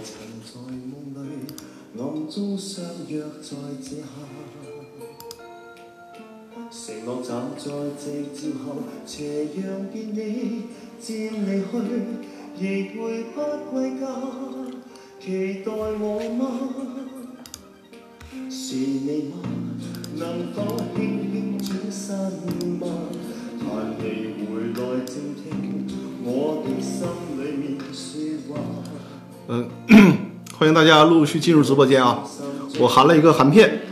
承諾站在夕照後，斜陽變你漸離去，亦會不歸家。期待我嗎？是你嗎？能否輕輕轉身嗎？彈氣回來靜聽我的心裡面說話。 歡迎大家陸續進入直播間啊！我含了一個含片。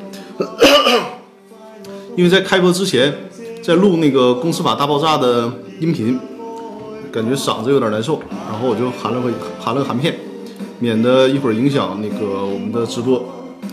因为在开播之前，在录那个《公司法大爆炸》的音频，感觉嗓子有点难受，然后我就含了个含片，免得一会儿影响那个我们的直播。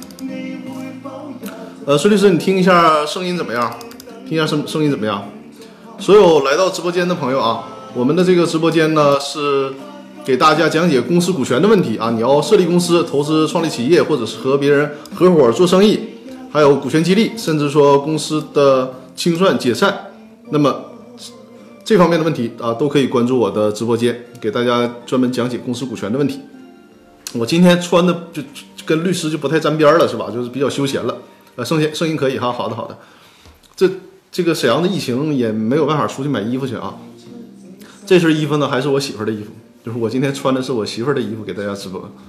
孙律师，你听一下声音怎么样？听一下声音怎么样？所有来到直播间的朋友啊，我们的这个直播间呢是给大家讲解公司股权的问题啊。你要设立公司、投资创立企业，或者是和别人合伙做生意。还有股权激励，甚至说公司的清算解散，那么这方面的问题啊，都可以关注我的直播间，给大家专门讲解公司股权的问题。我今天穿的就跟律师就不太沾边了，是吧？就是比较休闲了。声音可以哈，好的。这个沈阳的疫情也没有办法出去买衣服去啊。这身衣服呢，还是我媳妇的衣服，就是我今天穿的是我媳妇的衣服，给大家直播。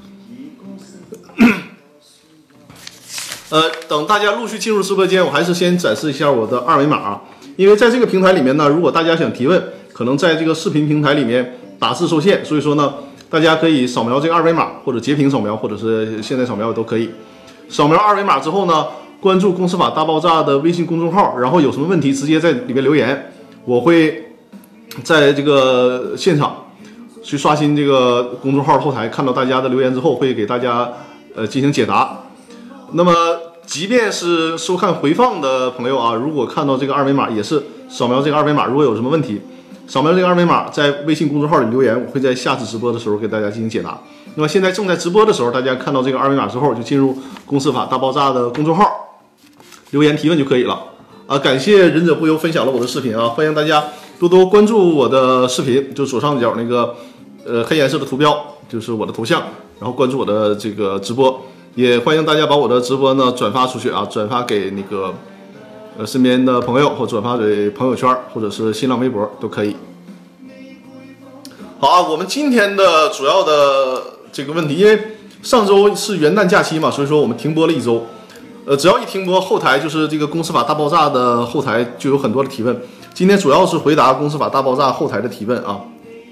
等大家陆续进入直播间，我还是先展示一下我的二维码啊。因为在这个平台里面呢，如果大家想提问，可能在这个视频平台里面打字受限，所以说呢，大家可以扫描这个二维码，或者截屏扫描，或者是现在扫描都可以。扫描二维码之后呢，关注公司法大爆炸的微信公众号，然后有什么问题直接在里面留言，我会在这个现场去刷新这个公众号后台，看到大家的留言之后，会给大家进行解答。那么即便是收看回放的朋友啊，如果看到这个二维码，也是扫描这个二维码，如果有什么问题，扫描这个二维码在微信公众号里留言，我会在下次直播的时候给大家进行解答。那么现在正在直播的时候，大家看到这个二维码之后，就进入公司法大爆炸的公众号留言提问就可以了啊！感谢忍者不忧分享了我的视频啊，欢迎大家多多关注我的视频，就左上角那个黑颜色的图标就是我的头像，然后关注我的这个直播。也欢迎大家把我的直播呢转发出去啊，转发给那个身边的朋友，或转发给朋友圈，或者是新浪微博都可以。好啊，我们今天的主要的这个问题，因为上周是元旦假期嘛，所以说我们停播了一周。只要一停播，后台就是这个公司法大爆炸的后台就有很多的提问。今天主要是回答公司法大爆炸后台的提问啊。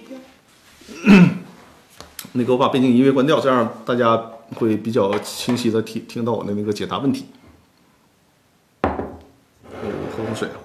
那个我把背景音乐关掉，这样大家会比较清晰的听到我的那个解答问题。喝口水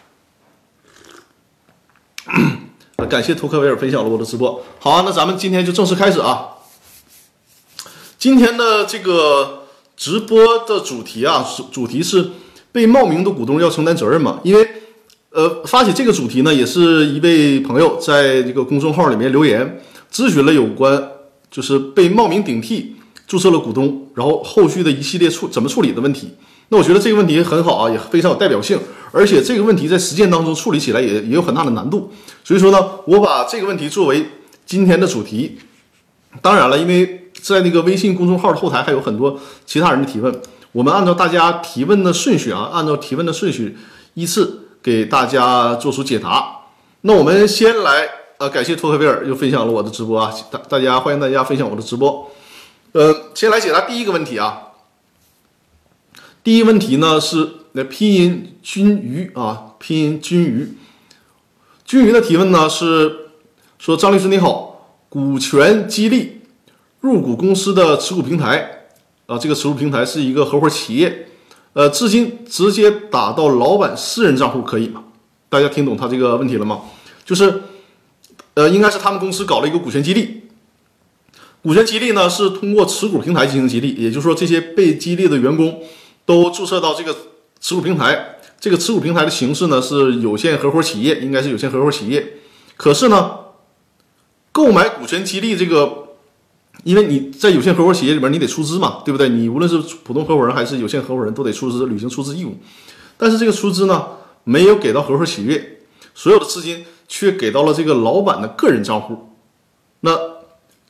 啊。感谢图克维尔分享了我的直播。好啊，那咱们今天就正式开始啊。今天的这个直播的主题啊，主题是被冒名的股东要承担责任嘛？因为发起这个主题呢，也是一位朋友在这个公众号里面留言咨询了有关就是被冒名顶替注册了股东，然后后续的一系列怎么处理的问题。那我觉得这个问题很好啊，也非常有代表性，而且这个问题在实践当中处理起来也有很大的难度。所以说呢，我把这个问题作为今天的主题。当然了，因为在那个微信公众号的后台还有很多其他人的提问，我们按照大家提问的顺序啊，按照提问的顺序依次给大家做出解答。那我们先来感谢托克维尔又分享了我的直播啊，大家欢迎大家分享我的直播。先来解答第一个问题啊。第一个问题呢是拼音君瑜啊，拼音君瑜。君瑜的提问呢是说，张律师你好，股权激励入股公司的持股平台啊，这个持股平台是一个合伙企业，资金直接打到老板私人账户可以吗？大家听懂他这个问题了吗？就是应该是他们公司搞了一个股权激励。股权激励呢是通过持股平台进行激励，也就是说这些被激励的员工都注册到这个持股平台，这个持股平台的形式呢是有限合伙企业，应该是有限合伙企业。可是呢，购买股权激励这个，因为你在有限合伙企业里边你得出资嘛，对不对？你无论是普通合伙人还是有限合伙人都得出资，履行出资义务。但是这个出资呢没有给到合伙企业，所有的资金却给到了这个老板的个人账户。那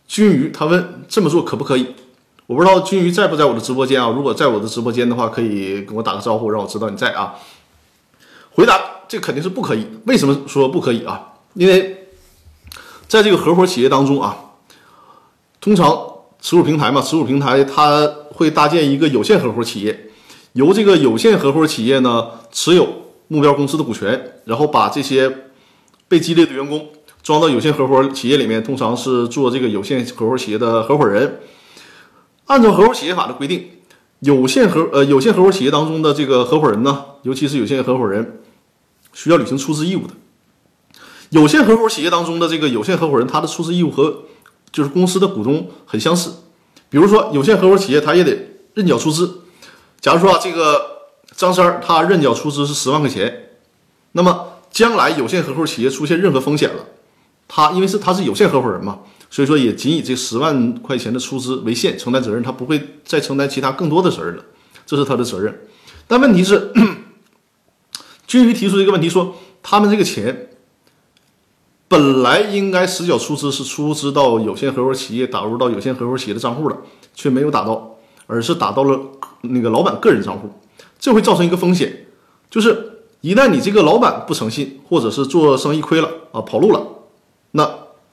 君瑜他问这么做可不可以？我不知道君瑜在不在我的直播间啊？如果在我的直播间的话，可以跟我打个招呼，让我知道你在啊。回答这肯定是不可以。为什么说不可以啊？因为在这个合伙企业当中啊，通常持股平台嘛，持股平台它会搭建一个有限合伙企业，由这个有限合伙企业呢持有目标公司的股权，然后把这些被激励的员工装到有限合伙企业里面，通常是做这个有限合伙企业的合伙人。按照合伙企业法的规定，有限合伙企业当中的这个合伙人呢，尤其是有限合伙人，需要履行出资义务的。有限合伙企业当中的这个有限合伙人，他的出资义务和就是公司的股东很相似。比如说，有限合伙企业他也得认缴出资。假如说这个张三他认缴出资是10万块钱，那么将来有限合伙企业出现任何风险了，因为他是有限合伙人嘛，所以说也仅以这10万块钱的出资为限承担责任，他不会再承担其他更多的责任了，这是他的责任。但问题是，君瑜提出这个问题说，他们这个钱本来应该实缴出资是出资到有限合伙企业，打入到有限合伙企业的账户的，却没有打到，而是打到了那个老板个人账户，这会造成一个风险，就是一旦你这个老板不诚信，或者是做生意亏了啊，跑路了，那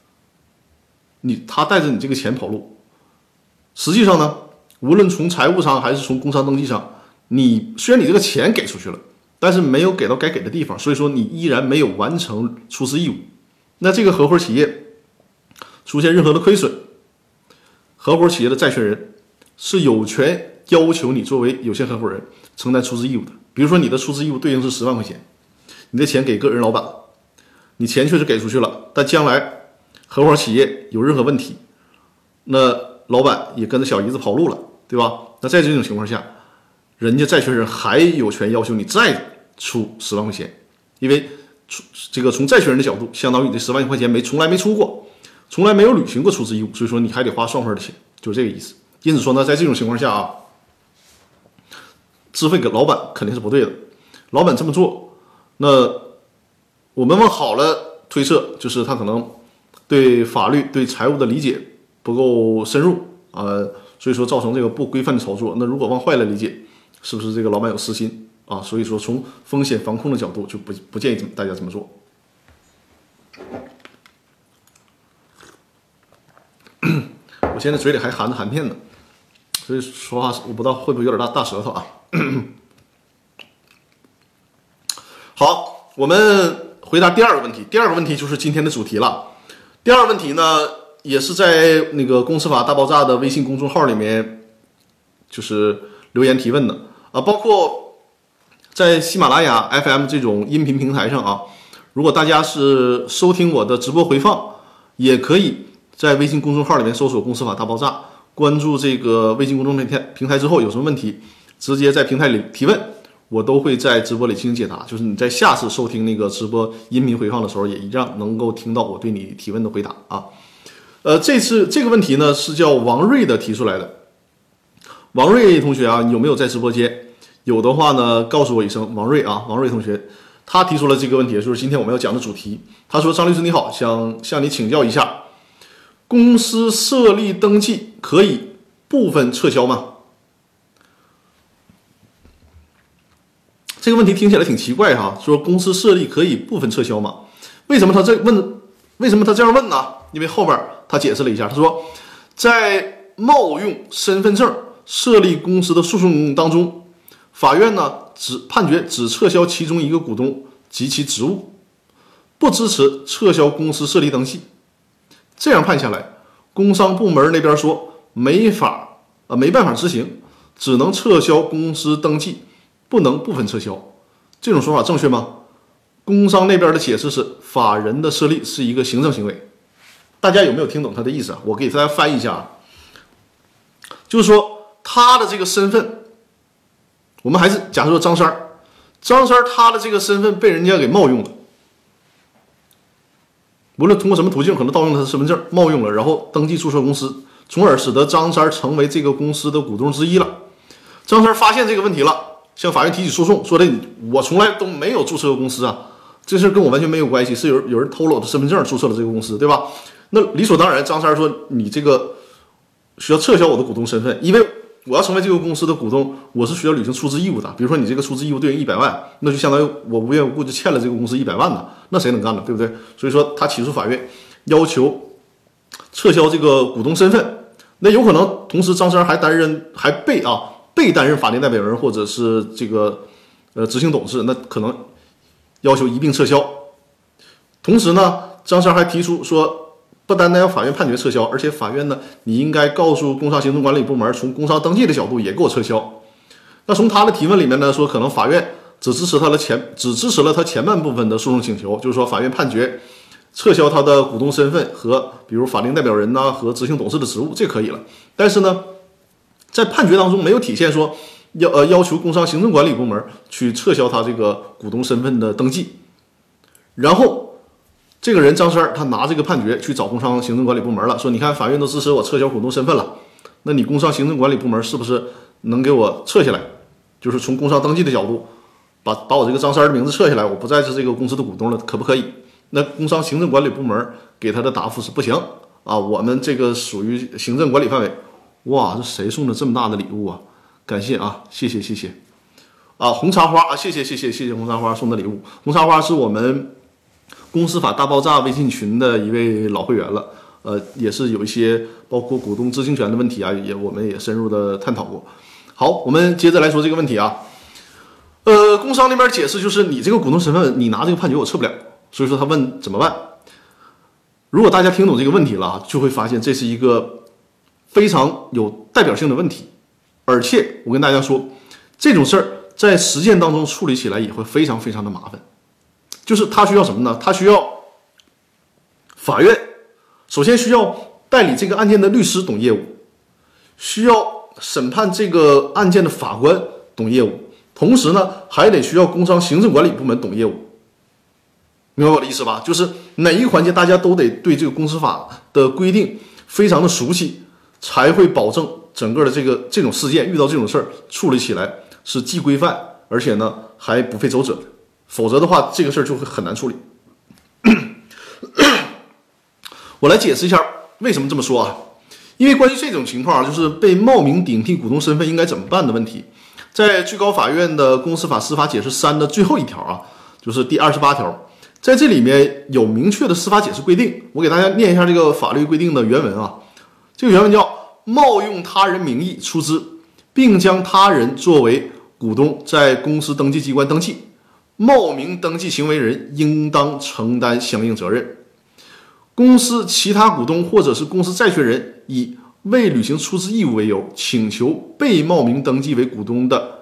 他带着你这个钱跑路，实际上呢，无论从财务上还是从工商登记上，虽然你这个钱给出去了，但是没有给到该给的地方，所以说你依然没有完成出资义务。那这个合伙企业出现任何的亏损，合伙企业的债权人是有权要求你作为有限合伙人承担出资义务的。比如说你的出资义务对应是10万块钱，你的钱给个人老板了，你钱确实给出去了，但将来合伙企业有任何问题，那老板也跟着小姨子跑路了，对吧？那在这种情况下，人家债权人还有权要求你再出10万块钱，因为这个从债权人的角度，相当于你这10万块钱从来没出过，从来没有履行过出资义务，所以说你还得花双份的钱，就是这个意思。因此说呢，在这种情况下啊，支付给老板肯定是不对的。老板这么做，那我们往好了推测，就是他可能对法律、对财务的理解不够深入所以说造成这个不规范的操作。那如果往坏了理解，是不是这个老板有私心啊？所以说从风险防控的角度，就不建议大家这么做。我现在嘴里还含着含片呢，所以说话我不知道会不会有点大舌头啊。好，我们回答第二个问题。第二个问题就是今天的主题了。第二个问题呢，也是在那个公司法大爆炸的微信公众号里面就是留言提问的啊，包括在喜马拉雅 FM 这种音频平台上啊，如果大家是收听我的直播回放，也可以在微信公众号里面搜索公司法大爆炸，关注这个微信公众平台之后，有什么问题直接在平台里提问，我都会在直播里进行解答。就是你在下次收听那个直播音频回放的时候，也一样能够听到我对你提问的回答啊。这次这个问题呢是叫王瑞的提出来的。王瑞同学啊，有没有在直播间？有的话呢，告诉我一声。王瑞啊，王瑞同学，他提出了这个问题，就是今天我们要讲的主题。他说：“张律师你好，想向你请教一下，公司设立登记可以部分撤销吗？”这个问题听起来挺奇怪哈，说公司设立可以部分撤销吗？为什么他这样问呢？因为后边他解释了一下，他说在冒用身份证设立公司的诉讼当中，法院呢判决只撤销其中一个股东及其职务，不支持撤销公司设立登记。这样判下来，工商部门那边说没办法执行，只能撤销公司登记，不能部分撤销。这种说法正确吗？工商那边的解释是，法人的设立是一个行政行为。大家有没有听懂他的意思啊？我给大家翻译一下，就是说他的这个身份，我们还是假设说张三他的这个身份被人家给冒用了，无论通过什么途径，可能盗用他的身份证，冒用了，然后登记注册公司，从而使得张三成为这个公司的股东之一了。张三发现这个问题了，向法院提起诉讼，说的我从来都没有注册过公司啊，这事跟我完全没有关系，是有人偷了我的身份证注册了这个公司，对吧？ 那理所当然，张三说你这个需要撤销我的股东身份，因为我要成为这个公司的股东，我是需要履行出资义务的。比如说你这个出资义务对应100万，那就相当于我无缘无故就欠了这个公司100万呢，那谁能干呢？对不对？所以说他起诉法院要求撤销这个股东身份。那有可能同时张三还被担任法定代表人或者是这个执行董事，那可能要求一并撤销。同时呢，张三还提出说，不单单要法院判决撤销，而且法院呢，你应该告诉工商行政管理部门，从工商登记的角度也给我撤销。那从他的提问里面呢，说可能法院只支持了他前半部分的诉讼请求，就是说法院判决撤销他的股东身份和比如法定代表人呐和执行董事的职务，这可以了。但是呢，在判决当中没有体现说要求工商行政管理部门去撤销他这个股东身份的登记。然后这个人张三他拿这个判决去找工商行政管理部门了，说你看法院都支持我撤销股东身份了，那你工商行政管理部门是不是能给我撤下来？就是从工商登记的角度，把我这个张三的名字撤下来，我不再是这个公司的股东了，可不可以？那工商行政管理部门给他的答复是不行啊，我们这个属于行政管理范围。哇，这谁送的这么大的礼物啊？感谢啊，谢谢啊，红茶花啊，谢谢红茶花送的礼物。红茶花是我们公司法大爆炸微信群的一位老会员了，也是有一些包括股东知情权的问题啊，我们也深入的探讨过。好，我们接着来说这个问题啊。工商那边解释就是你这个股东身份，你拿这个判决我撤不了，所以说他问怎么办。如果大家听懂这个问题了，就会发现这是一个非常有代表性的问题，而且我跟大家说，这种事儿在实践当中处理起来也会非常非常的麻烦。就是他需要什么呢？他需要法院首先需要代理这个案件的律师懂业务，需要审判这个案件的法官懂业务，同时呢还得需要工商行政管理部门懂业务。明白我的意思吧？就是哪一个环节大家都得对这个公司法的规定非常的熟悉，才会保证整个的这种事件遇到这种事儿处理起来是既规范，而且呢还不费周折。否则的话，这个事儿就会很难处理。我来解释一下为什么这么说啊？因为关于这种情况，就是被冒名顶替股东身份应该怎么办的问题，在最高法院的公司法司法解释3的最后一条啊，就是第28条，在这里面有明确的司法解释规定。我给大家念一下这个法律规定的原文啊。这个原文叫：冒用他人名义出资，并将他人作为股东在公司登记机关登记，冒名登记行为人应当承担相应责任。公司其他股东或者是公司债权人以未履行出资义务为由，请求被冒名登记为股东的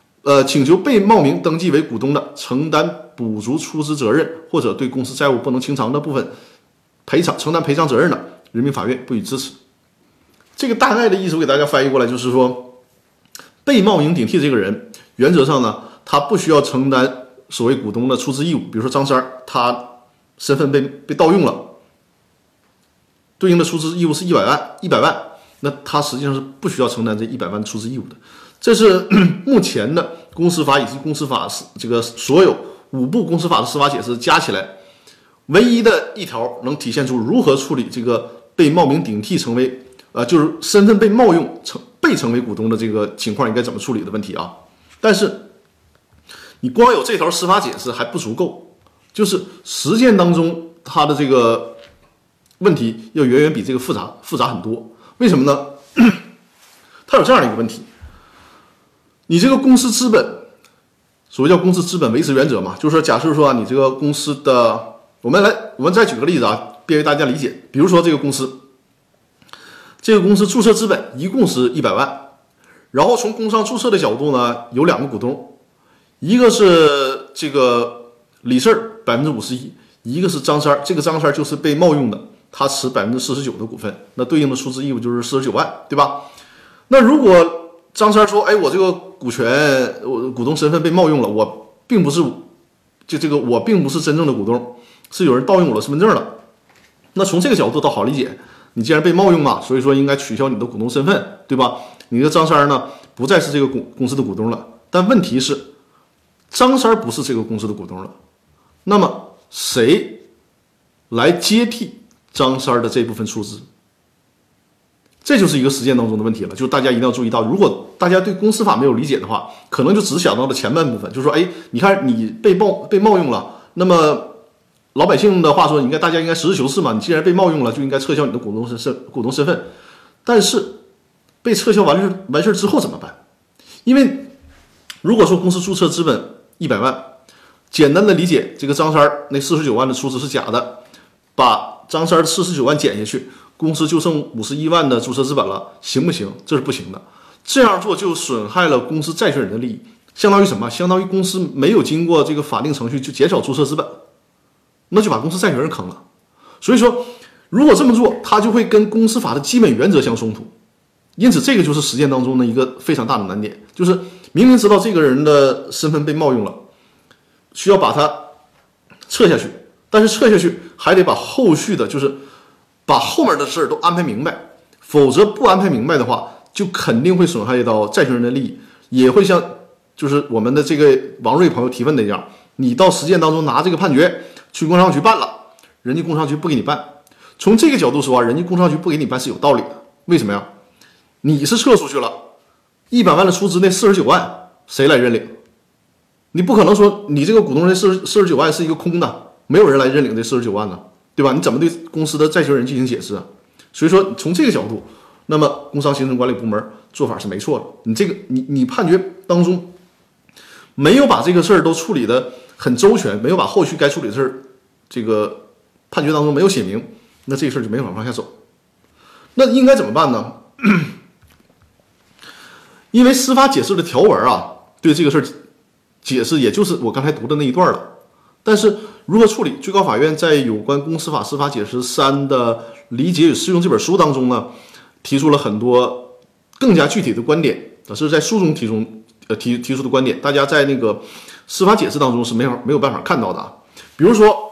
承担补足出资责任，或者对公司债务不能清偿的部分承担赔偿责任的，人民法院不予支持。这个大概的意思我给大家翻译过来，就是说，被冒名顶替这个人，原则上呢，他不需要承担所谓股东的出资义务。比如说张三，他身份被盗用了，对应的出资义务是100万，那他实际上是不需要承担这100万出资义务的。这是目前的公司法以及公司法这个所有5部公司法的司法解释加起来，唯一的一条能体现出如何处理这个被冒名顶替成为就是身份被冒用被成为股东的这个情况应该怎么处理的问题啊。但是你光有这条司法解释还不足够，就是实践当中它的这个问题要远远比这个复杂很多。为什么呢？它有这样的一个问题，你这个公司资本，所谓叫公司资本维持原则嘛，就是说假设说你这个公司的，我们再举个例子啊，便于大家理解。比如说这个公司注册资本一共是100万，然后从工商注册的角度呢，有2个股东，一个是这个李四51%，一个是张三，这个张三就是被冒用的，他持49%的股份，那对应的出资义务就是49万，对吧？那如果张三说，我这个我股东身份被冒用了，我并不是真正的股东，是有人盗用我的身份证了。那从这个角度倒好理解，你既然被冒用嘛，所以说应该取消你的股东身份，对吧？你的张三呢，不再是这个公司的股东了。但问题是，张三不是这个公司的股东了，那么谁来接替张三的这部分出资。这就是一个实践当中的问题了，就是大家一定要注意到，如果大家对公司法没有理解的话，可能就只想到了前半部分，就是说，哎，你看你被冒用了，那么老百姓的话说，大家应该实事求是嘛，你既然被冒用了，就应该撤销你的股东身份。但是被撤销完事之后怎么办？因为如果说公司注册资本100万，简单的理解，这个张三那49万的出资是假的，把张三49万减下去，公司就剩51万的注册资本了，行不行？这是不行的。这样做就损害了公司债权人的利益，相当于什么？相当于公司没有经过这个法定程序就减少注册资本，那就把公司债权人坑了。所以说，如果这么做，它就会跟公司法的基本原则相冲突。因此，这个就是实践当中的一个非常大的难点，就是明明知道这个人的身份被冒用了，需要把他撤下去，但是撤下去还得把后续的，就是把后面的事儿都安排明白，否则不安排明白的话，就肯定会损害到债权人的利益，也会像就是我们的这个王瑞朋友提问的一样，你到实践当中拿这个判决去工商局办了，人家工商局不给你办。从这个角度说啊，人家工商局不给你办是有道理的。为什么呀？你是撤出去了100万的出资，那49万谁来认领？你不可能说你这个股东这49万是一个空的，没有人来认领这49万呢，对吧？你怎么对公司的债权人进行解释啊？所以说从这个角度，那么工商行政管理部门做法是没错的。你这个你判决当中没有把这个事儿都处理的很周全，没有把后续该处理的事儿这个判决当中没有写明，那这个事儿就没法往下走。那应该怎么办呢？因为司法解释的条文啊，对这个事儿解释也就是我刚才读的那一段了。但是如何处理？最高法院在有关公司法司法解释3的理解与适用这本书当中呢，提出了很多更加具体的观点，这是在书中提出的观点，大家在那个司法解释当中是没有办法看到的啊。比如说，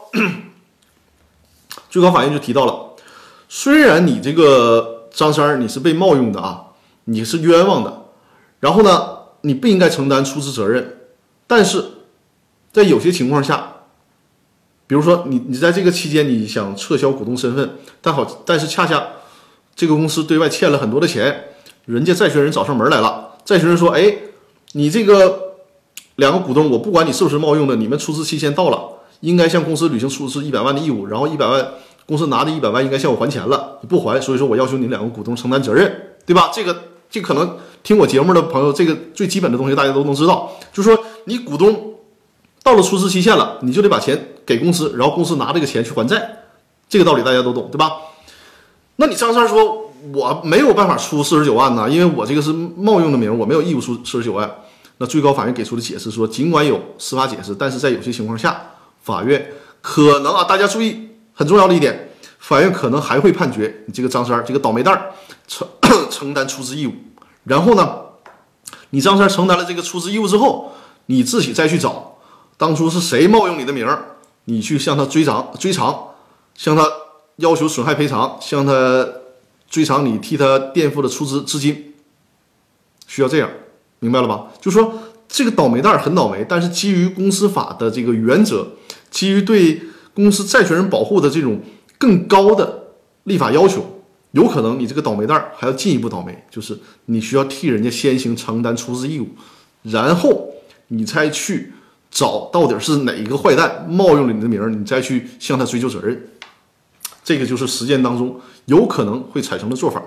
最高法院就提到了，虽然你这个张三你是被冒用的啊，你是冤枉的，然后呢，你不应该承担出资责任，但是在有些情况下，比如说你在这个期间你想撤销股东身份，但是恰恰这个公司对外欠了很多的钱，人家债权人找上门来了，债权人说，哎，你这个2个股东，我不管你是不是冒用的，你们出资期限到了，应该向公司履行出资100万的义务，然后100万公司拿的100万应该向我还钱了，你不还，所以说我要求你2个股东承担责任，对吧？这可能听我节目的朋友，这个最基本的东西大家都能知道，就是说你股东到了出资期限了，你就得把钱给公司，然后公司拿这个钱去还债，这个道理大家都懂，对吧？那你张三说我没有办法出49万呢，因为我这个是冒用的名，我没有义务出49万。那最高法院给出的解释说，尽管有司法解释，但是在有些情况下，法院可能啊，大家注意很重要的一点，法院可能还会判决你这个张三这个倒霉蛋承担出资义务。然后呢，你张三承担了这个出资义务之后，你自己再去找当初是谁冒用你的名，你去向他追偿，向他要求损害赔偿，向他追偿你替他垫付的出资资金，需要这样，明白了吧？就是说这个倒霉蛋很倒霉，但是基于公司法的这个原则，基于对公司债权人保护的这种更高的立法要求，有可能你这个倒霉蛋还要进一步倒霉，就是你需要替人家先行承担出资义务，然后你才去找到底是哪一个坏蛋冒用了你的名，你再去向他追究责任。这个就是实践当中有可能会产生的做法。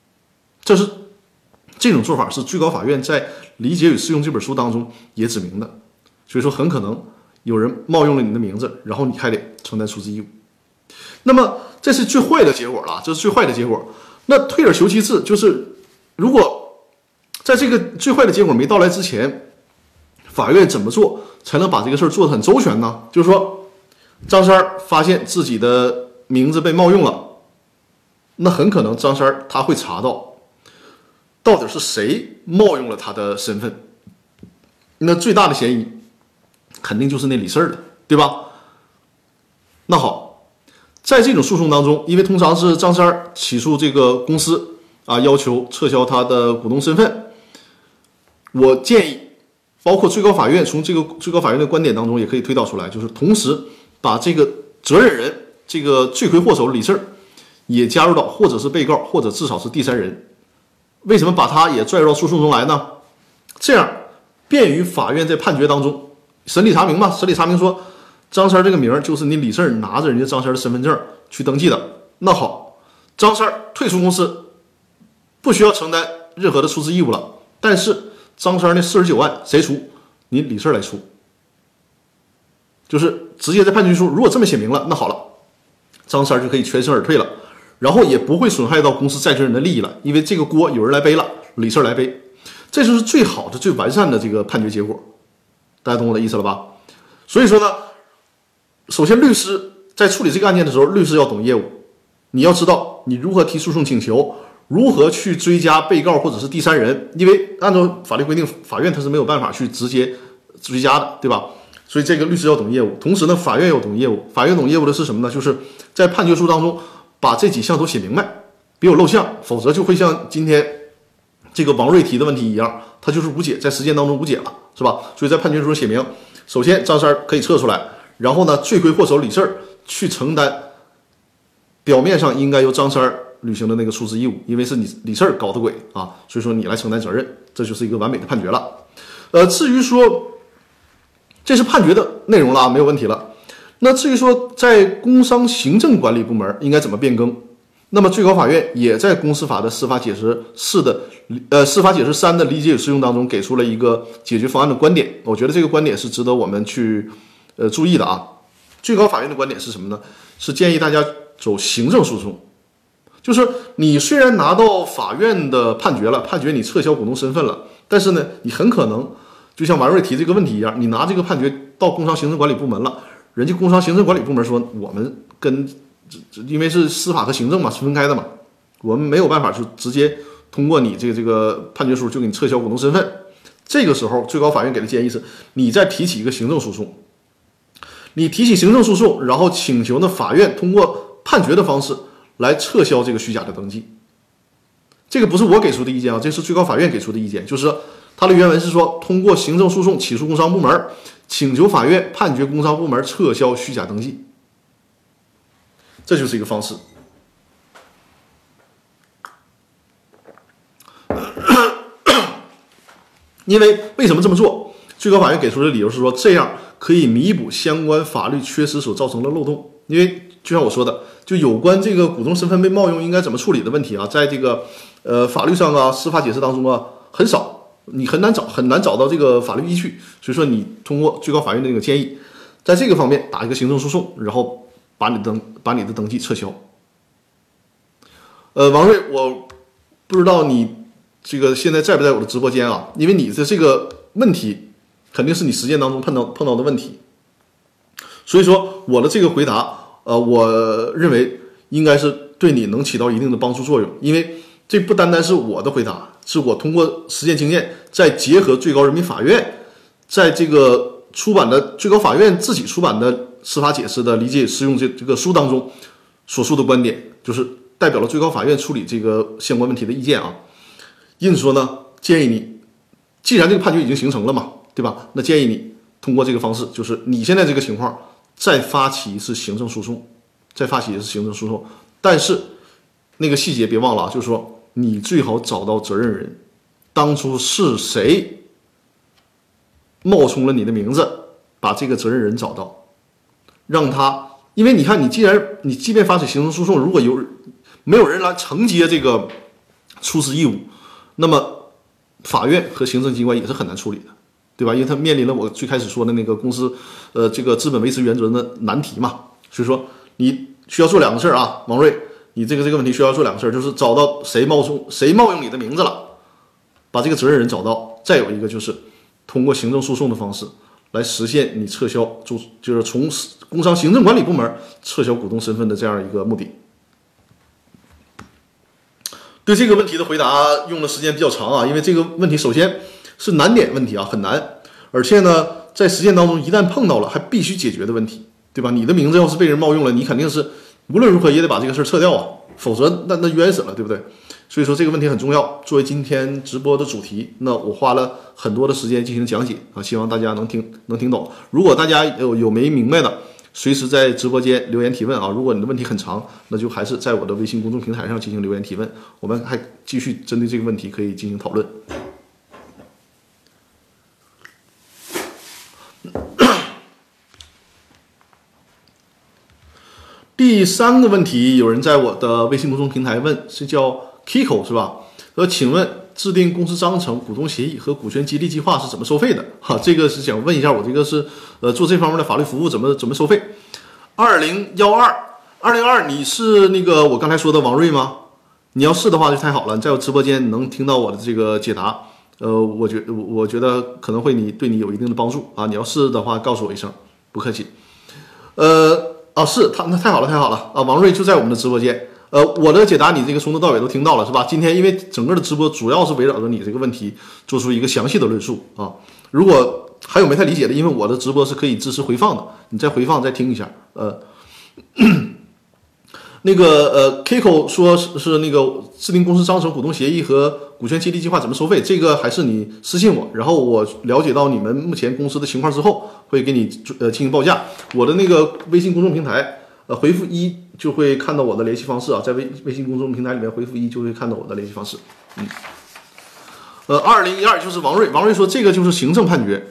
这种做法是最高法院在理解与适用这本书当中也指明的，所以说很可能有人冒用了你的名字，然后你还得承担出资义务。那么这是最坏的结果了，这是最坏的结果。那退而求其次，就是如果在这个最坏的结果没到来之前，法院怎么做才能把这个事儿做得很周全呢？就是说，张三发现自己的名字被冒用了，那很可能张三他会查到底是谁冒用了他的身份，那最大的嫌疑肯定就是那李四了，对吧？那好，在这种诉讼当中，因为通常是张三起诉这个公司啊，要求撤销他的股东身份，我建议包括最高法院从这个最高法院的观点当中也可以推导出来，就是同时把这个责任人这个罪魁祸首李四也加入到或者是被告，或者至少是第三人。为什么把他也拽入到诉讼中来呢？这样便于法院在判决当中审理查明嘛。审理查明说张三这个名就是你李四拿着人家张三的身份证去登记的。那好，张三退出公司，不需要承担任何的出资义务了。但是张三那49万谁出？你李四来出。就是直接在判决书如果这么写明了，那好了，张三就可以全身而退了，然后也不会损害到公司债权人的利益了，因为这个锅有人来背了，李四来背。这就是最好的最完善的这个判决结果。大家懂我的意思了吧？所以说呢，首先律师在处理这个案件的时候，律师要懂业务，你要知道你如何提诉讼请求，如何去追加被告或者是第三人，因为按照法律规定，法院他是没有办法去直接追加的，对吧？所以这个律师要懂业务。同时呢，法院要懂业务。法院懂业务的是什么呢？就是在判决书当中把这几项都写明白，别有漏项，否则就会像今天这个王瑞提的问题一样，他就是无解，在实践当中无解了，是吧？所以在判决书写明，首先张三可以撤出来，然后呢，罪魁祸首李四去承担表面上应该由张三履行的那个出资义务，因为是你李四搞的鬼啊，所以说你来承担责任，这就是一个完美的判决了。至于说这是判决的内容了，没有问题了。那至于说在工商行政管理部门应该怎么变更，那么最高法院也在公司法的司法解释4的司法解释3的理解与适用当中给出了一个解决方案的观点。我觉得这个观点是值得我们去注意的啊。最高法院的观点是什么呢？是建议大家走行政诉讼。就是你虽然拿到法院的判决了，判决你撤销股东身份了，但是呢，你很可能就像王瑞提这个问题一样，你拿这个判决到工商行政管理部门了，人家工商行政管理部门说我们跟因为是司法和行政嘛是分开的嘛，我们没有办法就直接通过你这个判决书就给你撤销股东身份。这个时候最高法院给的建议是，你再提起一个行政诉讼，你提起行政诉讼，然后请求呢法院通过判决的方式来撤销这个虚假的登记。这个不是我给出的意见啊，这是最高法院给出的意见，就是它的原文是说，通过行政诉讼起诉工商部门，请求法院判决工商部门撤销虚假登记，这就是一个方式。因为为什么这么做？最高法院给出的理由是说，这样可以弥补相关法律缺失所造成的漏洞。因为就像我说的，就有关这个股东身份被冒用应该怎么处理的问题啊，在这个法律上啊、司法解释当中啊很少，你很难找到这个法律依据。所以说，你通过最高法院的那个建议，在这个方面打一个行政诉讼，然后把你的登记撤销。王瑞，我不知道你这个现在在不在我的直播间啊？因为你的这个问题肯定是你实践当中碰到的问题，所以说我的这个回答，我认为应该是对你能起到一定的帮助作用。因为这不单单是我的回答，是我通过实践经验，再结合最高人民法院在这个出版的最高法院自己出版的司法解释的理解与适用这个书当中所述的观点，就是代表了最高法院处理这个相关问题的意见啊。因此说呢，建议你，既然这个判决已经形成了嘛，对吧？那建议你通过这个方式，就是你现在这个情况再发起一次行政诉讼，但是那个细节别忘了啊，就是说你最好找到责任人，当初是谁冒充了你的名字，把这个责任人找到，让他，因为你看，你即便发起行政诉讼，如果没有人来承接这个出资义务，那么法院和行政机关也是很难处理的，对吧？因为他面临了我最开始说的那个公司这个资本维持原则的难题嘛。所以说你需要做两个事啊，王瑞，你这个问题需要做两个事，就是找到谁冒用你的名字了，把这个责任人找到，再有一个就是通过行政诉讼的方式来实现你撤销，就是从工商行政管理部门撤销股东身份的这样一个目的。对这个问题的回答用的时间比较长啊，因为这个问题首先是难点问题啊，很难，而且呢，在实践当中一旦碰到了还必须解决的问题，对吧？你的名字要是被人冒用了，你肯定是无论如何也得把这个事儿撤掉啊，否则那冤死了，对不对？所以说这个问题很重要，作为今天直播的主题，那我花了很多的时间进行讲解啊，希望大家能听懂。如果大家有没明白的， 随时在直播间留言提问啊。如果你的问题很长，那就还是在我的微信公众平台上进行留言提问，我们还继续针对这个问题可以进行讨论。第3个问题，有人在我的微信公众平台问，是叫 Kiko 是吧？说请问制定公司章程、股东协议和股权激励计划是怎么收费的？哈，这个是想问一下，我这个是做这方面的法律服务怎么收费？2012，你是那个我刚才说的王瑞吗？你要是的话就太好了，你在我直播间能听到我的这个解答。我觉得可能会对你有一定的帮助啊。你要是的话，告诉我一声，不客气。是他，那太好了啊！王瑞就在我们的直播间。我的解答你这个从头到尾都听到了是吧？今天因为整个的直播主要是围绕着你这个问题做出一个详细的论述啊。如果还有没太理解的，因为我的直播是可以支持回放的，你再回放再听一下。那个Kiko 说是那个制定公司章程、股东协议和股权激励计划怎么收费，这个还是你私信我，然后我了解到你们目前公司的情况之后，会给你进行报价。我的那个微信公众平台回复1就会看到我的联系方式啊，在微信公众平台里面回复1就会看到我的联系方式。2012就是王瑞说这个就是行政判决。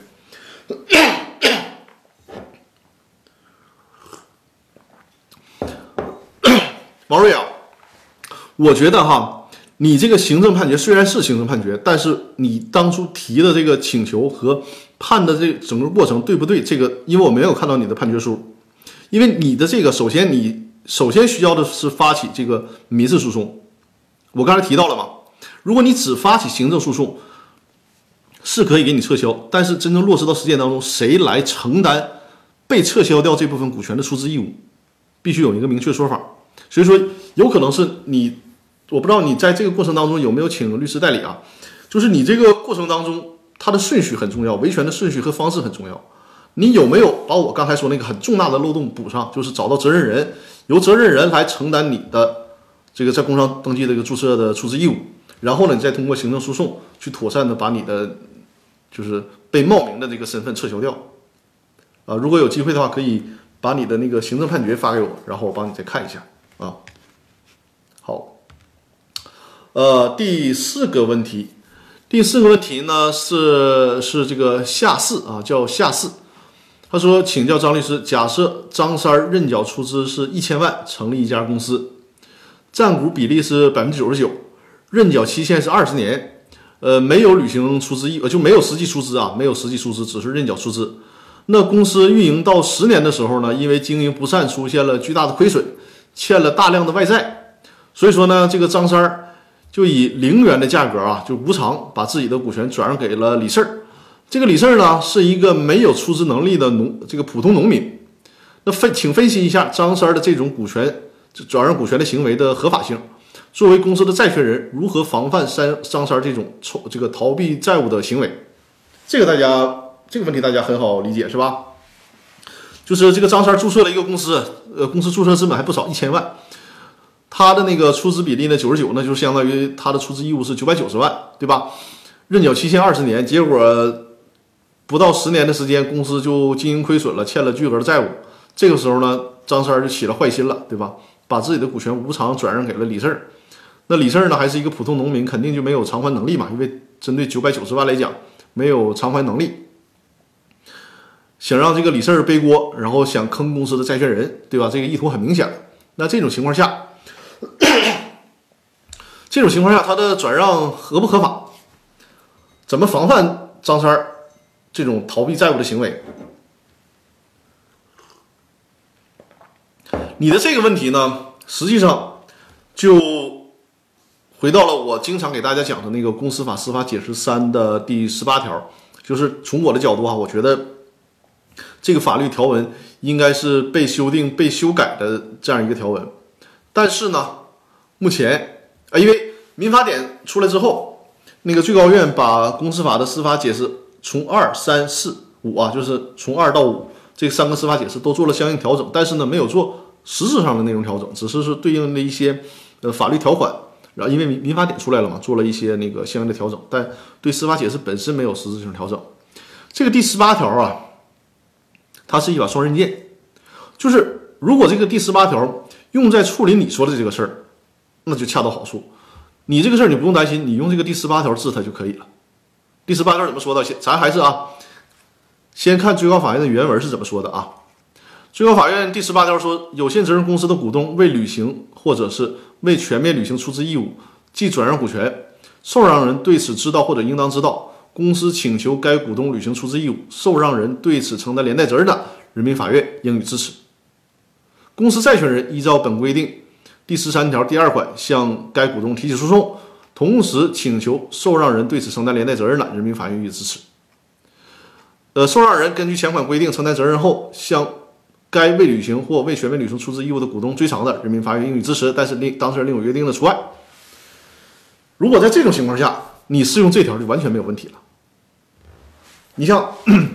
王瑞啊，我觉得哈，你这个行政判决虽然是行政判决，但是你当初提的这个请求和判的这整个过程对不对？这个因为我没有看到你的判决书，因为你的这个首先需要的是发起这个民事诉讼。我刚才提到了嘛，如果你只发起行政诉讼，是可以给你撤销，但是真正落实到实践当中，谁来承担被撤销掉这部分股权的出资义务，必须有一个明确说法。所以说有可能是你，我不知道你在这个过程当中有没有请律师代理啊，就是你这个过程当中它的顺序很重要，维权的顺序和方式很重要，你有没有把我刚才说那个很重大的漏洞补上，就是找到责任人，由责任人来承担你的这个在工商登记这个注册的出资义务，然后呢你再通过行政诉讼去妥善的把你的就是被冒名的这个身份撤销掉啊。如果有机会的话，可以把你的那个行政判决发给我，然后我帮你再看一下啊。好，第4个问题呢是这个夏四啊，叫夏四。他说，请教张律师，假设张三认缴出资是1000万，成立一家公司，占股比例是99%，认缴期限是20年，没有履行出资就没有实际出资啊，没有实际出资，只是认缴出资。那公司运营到10年的时候呢，因为经营不善，出现了巨大的亏损，欠了大量的外债，所以说呢，这个张三就以0元的价格啊，就无偿把自己的股权转让给了李四儿。这个李四儿呢，是一个没有出资能力的这个普通农民。那请分析一下张三的这种股权转让股权的行为的合法性。作为公司的债权人，如何防范张三这种逃避债务的行为？这个问题大家很好理解是吧？就是这个张三注册了一个公司，公司注册资本还不少，1000万。他的那个出资比例呢，99%呢，就相当于他的出资义务是990万，对吧？认缴期限20年，结果不到10年的时间，公司就经营亏损了，欠了巨额的债务。这个时候呢，张三就起了坏心了，对吧？把自己的股权无偿转让给了李四儿。那李四儿呢，还是一个普通农民，肯定就没有偿还能力嘛，因为针对990万来讲，没有偿还能力。想让这个李四儿背锅，然后想坑公司的债权人，对吧？这个意图很明显。那这种情况下，他的转让合不合法？怎么防范张三这种逃避债务的行为？你的这个问题呢，实际上就回到了我经常给大家讲的那个《公司法司法解释3》的第18条，就是从我的角度啊，我觉得这个法律条文应该是被修订、被修改的这样一个条文。但是呢，目前因为民法典出来之后，那个最高院把公司法的司法解释从2、3、4、5啊，就是从2到5这3个司法解释都做了相应调整，但是呢，没有做实质上的内容调整，只是对应的一些法律条款，然后因为民法典出来了嘛，做了一些那个相应的调整，但对司法解释本身没有实质性调整。这个第18条啊，它是一把双刃剑。 就是如果这个第18条用在处理你说的这个事儿，那就恰到好处。你这个事儿你不用担心，你用这个第18条治它就可以了。第18条怎么说的？咱还是先看最高法院的原文是怎么说的啊。最高法院第18条说，有限责任公司的股东未履行或者是未全面履行出资义务，即转让股权，受让人对此知道或者应当知道，公司请求该股东履行出资义务，受让人对此承担连带责任的，人民法院应予支持。公司债权人依照本规定第13条第2款向该股东提起诉讼，同时请求受让人对此承担连带责任的，人民法院予以支持。受让人根据前款规定承担责任后，向该未履行或未全面履行出资义务的股东追偿的，人民法院应予支持，但是当事人另有约定的除外。如果在这种情况下，你适用这条就完全没有问题了。你像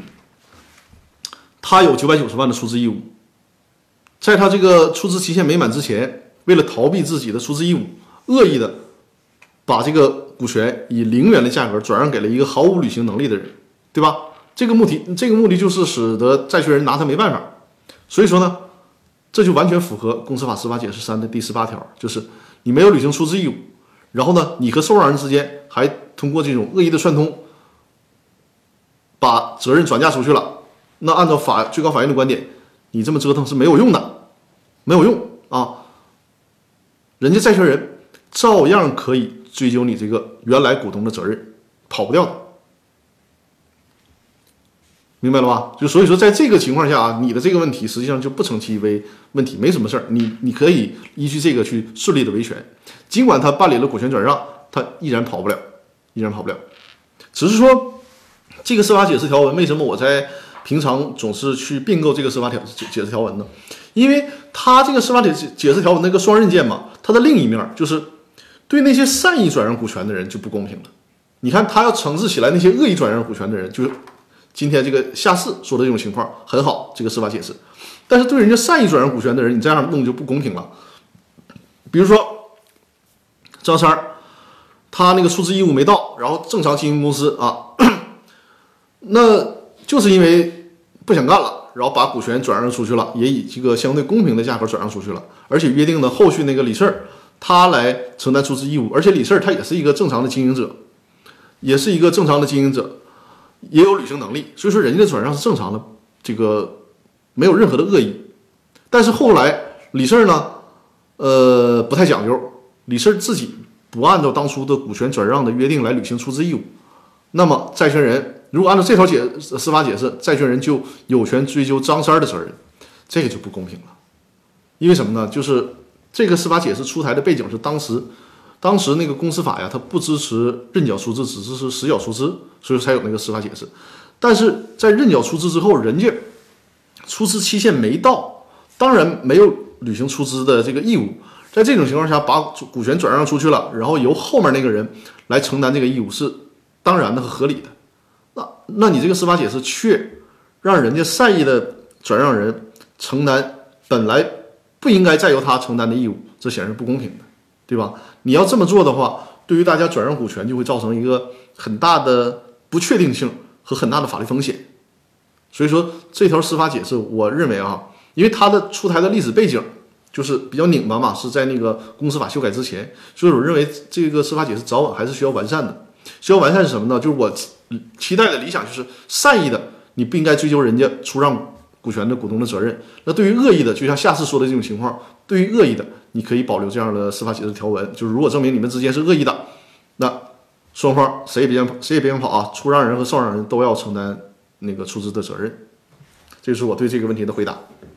他有990万的出资义务，在他这个出资期限没满之前，为了逃避自己的出资义务，恶意的把这个股权以0元的价格转让给了一个毫无履行能力的人，对吧？这个目的就是使得债权人拿他没办法。所以说呢，这就完全符合公司法司法解释3的第18条，就是你没有履行出资义务，然后呢，你和受让人之间还通过这种恶意的串通，把责任转嫁出去了。那按照最高法院的观点，你这么折腾是没有用的，没有用啊！人家债权人照样可以追究你这个原来股东的责任，跑不掉的。明白了吧？就所以说，在这个情况下你的这个问题实际上就不成其为问题，没什么事儿。你可以依据这个去顺利的维权，尽管他办理了股权转让，他依然跑不了。只是说，这个司法解释条文为什么我在平常总是去并购这个司法解释条文呢？因为他这个司法解释条文那个双刃剑嘛，它的另一面就是对那些善意转让股权的人就不公平了。你看，他要惩治起来那些恶意转让股权的人，就是今天这个下士说的这种情况很好，这个司法解释。但是对人家善意转让股权的人，你这样弄就不公平了。比如说张三他那个出资义务没到，然后正常经营公司那就是因为不想干了，然后把股权转让出去了，也以这个相对公平的价格转让出去了，而且约定的后续那个李四他来承担出资义务，而且李四他也是一个正常的经营者，也有履行能力，所以说人家的转让是正常的，这个没有任何的恶意。但是后来李四呢，不太讲究，李四自己不按照当初的股权转让的约定来履行出资义务，那么债权人如果按照这条司法解释，债权人就有权追究张三的责任，这个就不公平了。因为什么呢？就是这个司法解释出台的背景是当时那个公司法呀，它不支持认缴出资，只支持实缴出资，所以才有那个司法解释。但是在认缴出资之后，人家出资期限没到，当然没有履行出资的这个义务。在这种情况下，把股权转让出去了，然后由后面那个人来承担这个义务，是当然的和合理的。那你这个司法解释却让人家善意的转让人承担本来不应该再由他承担的义务，这显然是不公平的，对吧？你要这么做的话，对于大家转让股权就会造成一个很大的不确定性和很大的法律风险。所以说这条司法解释，我认为因为它的出台的历史背景就是比较拧巴嘛，是在那个公司法修改之前，所以我认为这个司法解释早晚还是需要完善的。需要完善是什么呢？就是我期待的理想就是善意的，你不应该追究人家出让股权的股东的责任。那对于恶意的，就像下次说的这种情况，对于恶意的，你可以保留这样的司法解释条文，就是如果证明你们之间是恶意的，那双方谁也别想跑出让人和受让人都要承担那个出资的责任。这是我对这个问题的回答。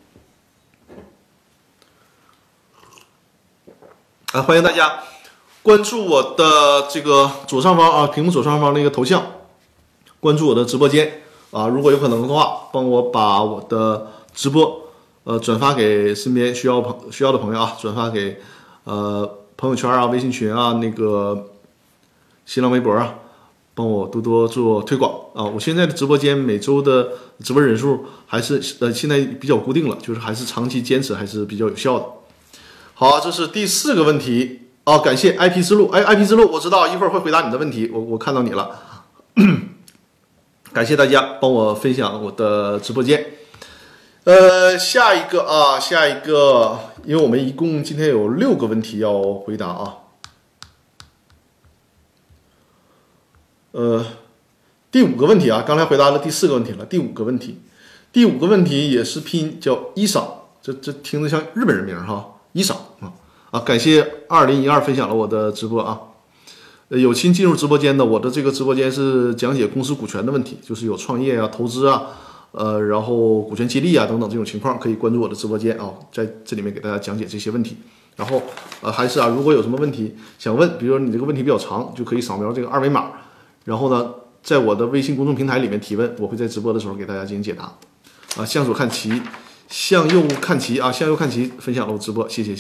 欢迎大家关注我的这个左上方屏幕左上方那个头像，关注我的直播间如果有可能的话，帮我把我的直播转发给身边需要的朋友转发给朋友圈微信群那个新浪微博帮我多多做推广我现在的直播间每周的直播人数还是现在比较固定了，就是还是长期坚持还是比较有效的。好，这是第4个问题感谢 IP 之路IP 之路，我知道一会儿会回答你的问题，我看到你了感谢大家帮我分享我的直播间。 下一个，因为我们一共今天有6个问题要回答啊。第5个问题啊，刚才回答了第4个问题了，第5个问题也是拼音叫伊桑，这听着像日本人名哈，伊桑啊，感谢2012分享了我的直播啊。有新进入直播间的，我的这个直播间是讲解公司股权的问题，就是有创业啊、投资啊。然后股权激励啊等等这种情况，可以关注我的直播间啊，在这里面给大家讲解这些问题。然后还是如果有什么问题想问，比如说你这个问题比较长，就可以扫描这个2维码，然后呢，在我的微信公众平台里面提问，我会在直播的时候给大家进行解答。向左看齐，向右看齐啊，向右看齐，分享了我直播，谢谢。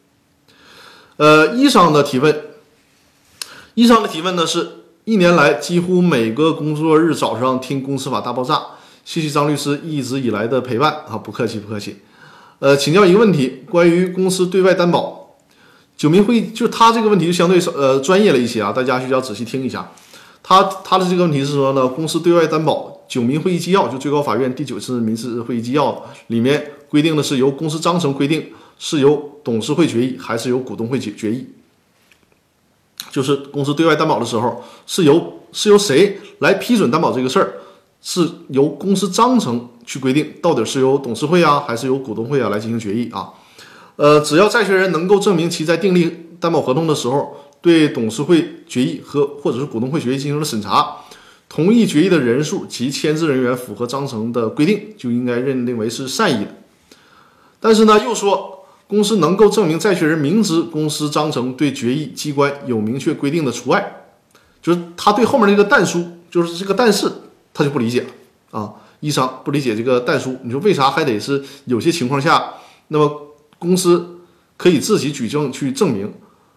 伊桑的提问呢是1年来几乎每个工作日早上听公司法大爆炸。谢谢张律师一直以来的陪伴啊，不客气。请教一个问题，关于公司对外担保，九民会议就他这个问题就相对专业了一些啊，大家需要仔细听一下。他的这个问题是说呢，公司对外担保九民会议纪要，就最高法院第9次民事会议纪要里面规定的是由公司章程规定，是由董事会决议还是由股东会决议？就是公司对外担保的时候，是由谁来批准担保这个事儿？是由公司章程去规定，到底是由董事会啊，还是由股东会啊来进行决议啊？只要债权人能够证明其在订立担保合同的时候，对董事会决议或者是股东会决议进行了审查，同意决议的人数及签字人员符合章程的规定，就应该认定为是善意的。但是呢，又说公司能够证明债权人明知公司章程对决议机关有明确规定的除外，就是他对后面那个但书，就是这个但是。他就不理解了啊，伊桑不理解这个但书，你说为啥还得是有些情况下，那么公司可以自己举证去证明？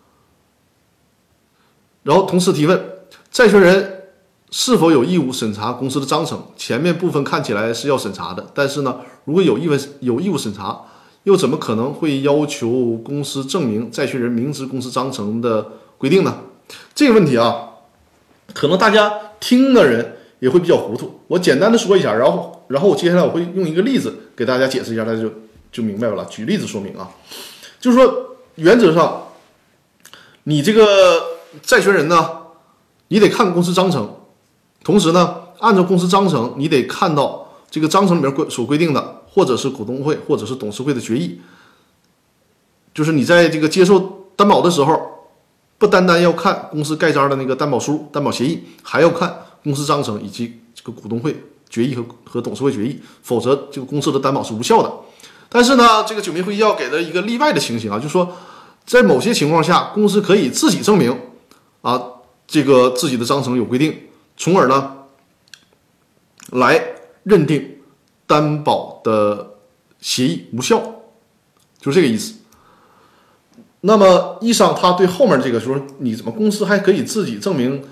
然后同时提问，债权人是否有义务审查公司的章程？前面部分看起来是要审查的，但是呢，如果有义务审查，又怎么可能会要求公司证明债权人明知公司章程的规定呢？这个问题啊，可能大家听的人也会比较糊涂，我简单的说一下，然后我接下来我会用一个例子给大家解释一下，大家就明白了。举例子说明啊，就是说原则上，你这个债权人呢，你得看公司章程，同时呢，按照公司章程，你得看到这个章程里面所规定的，或者是股东会或者是董事会的决议，就是你在这个接受担保的时候，不单单要看公司盖章的那个担保书、担保协议，还要看公司章程以及这个股东会决议和董事会决议，否则这个公司的担保是无效的。但是呢，这个九民会议要给的一个例外的情形啊，就是说，在某些情况下，公司可以自己证明啊，这个自己的章程有规定，从而呢，来认定担保的协议无效，就是这个意思。那么，伊桑他对后面这个说，你怎么公司还可以自己证明，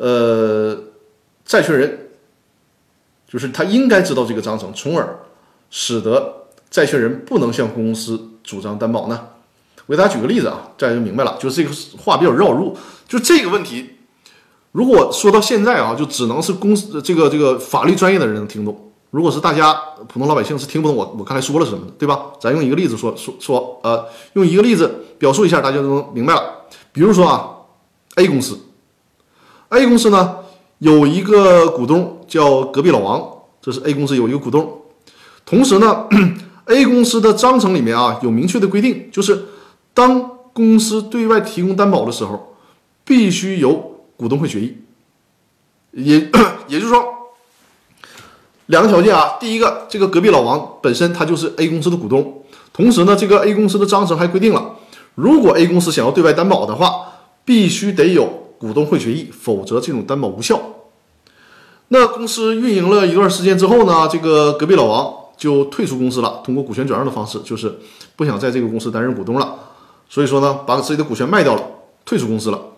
债权人就是他应该知道这个章程，从而使得债权人不能向公司主张担保呢？我给大家举个例子啊，大家就明白了。就是这个话比较绕路，就这个问题，如果说到现在啊，就只能是公司这个法律专业的人能听懂。如果是大家普通老百姓是听不懂我刚才说了什么的，对吧？咱用一个例子用一个例子表述一下，大家就能明白了。比如说啊 ，A 公司呢有一个股东叫隔壁老王，这是 A 公司有一个股东。同时呢，A 公司的章程里面啊有明确的规定，就是当公司对外提供担保的时候，必须由股东会决议。也就是说，两个条件啊，第一个，这个隔壁老王本身他就是 A 公司的股东，同时呢，这个 A 公司的章程还规定了，如果 A 公司想要对外担保的话，必须得有股东会决议，否则这种担保无效。那公司运营了一段时间之后呢，这个隔壁老王就退出公司了，通过股权转让的方式，就是不想在这个公司担任股东了，所以说呢，把自己的股权卖掉了，退出公司了。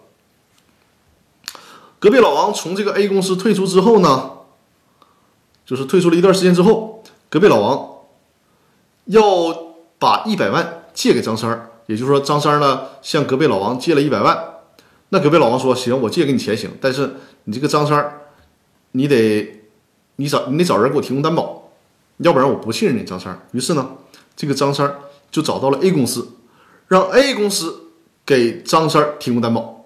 隔壁老王从这个 A 公司退出之后呢，就是退出了一段时间之后，隔壁老王要把100万借给张三，也就是说张三呢向隔壁老王借了100万，那隔壁老王说行，我借给你钱行，但是你这个张三你得找人给我提供担保。 要不然我不信任你张三。于是呢，这个张三就找到了 A 公司，让 A 公司给张三提供担保。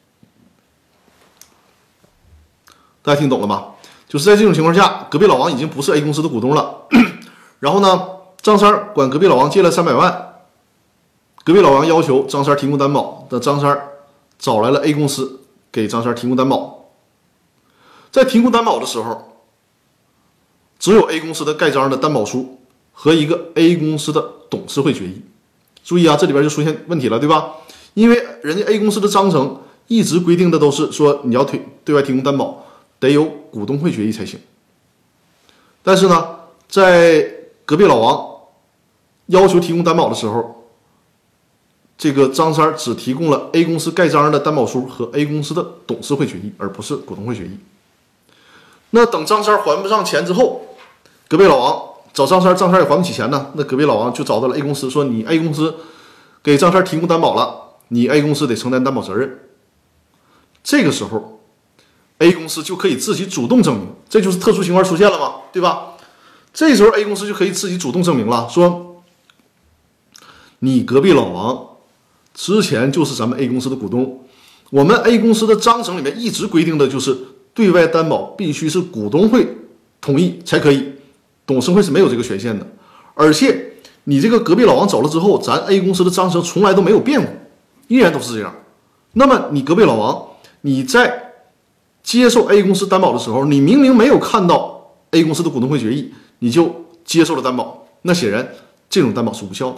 大家听懂了吗？就是在这种情况下，隔壁老王已经不是 A 公司的股东了。然后呢，张三管隔壁老王借了300万，隔壁老王要求张三提供担保，那张三找来了 A 公司给张三提供担保。在提供担保的时候，只有 A 公司的盖章的担保书和一个 A 公司的董事会决议。注意啊，这里边就出现问题了，对吧？因为人家 A 公司的章程一直规定的都是说你要对外提供担保得有股东会决议才行。但是呢，在隔壁老王要求提供担保的时候，这个张三只提供了 A 公司盖章的担保书和 A 公司的董事会决议，而不是股东会决议。那等张三还不上钱之后，隔壁老王找张三，张三也还不起钱呢，那隔壁老王就找到了 A 公司，说你 A 公司给张三提供担保了，你 A 公司得承担担保责任。这个时候 A 公司就可以自己主动证明，这就是特殊情况出现了嘛，对吧？这时候 A 公司就可以自己主动证明了，说你隔壁老王之前就是咱们 A 公司的股东，我们 A 公司的章程里面一直规定的就是对外担保必须是股东会同意才可以，董事会是没有这个权限的。而且你这个隔壁老王走了之后，咱 A 公司的章程从来都没有变过，依然都是这样。那么你隔壁老王，你在接受 A 公司担保的时候，你明明没有看到 A 公司的股东会决议，你就接受了担保，那显然这种担保是无效的。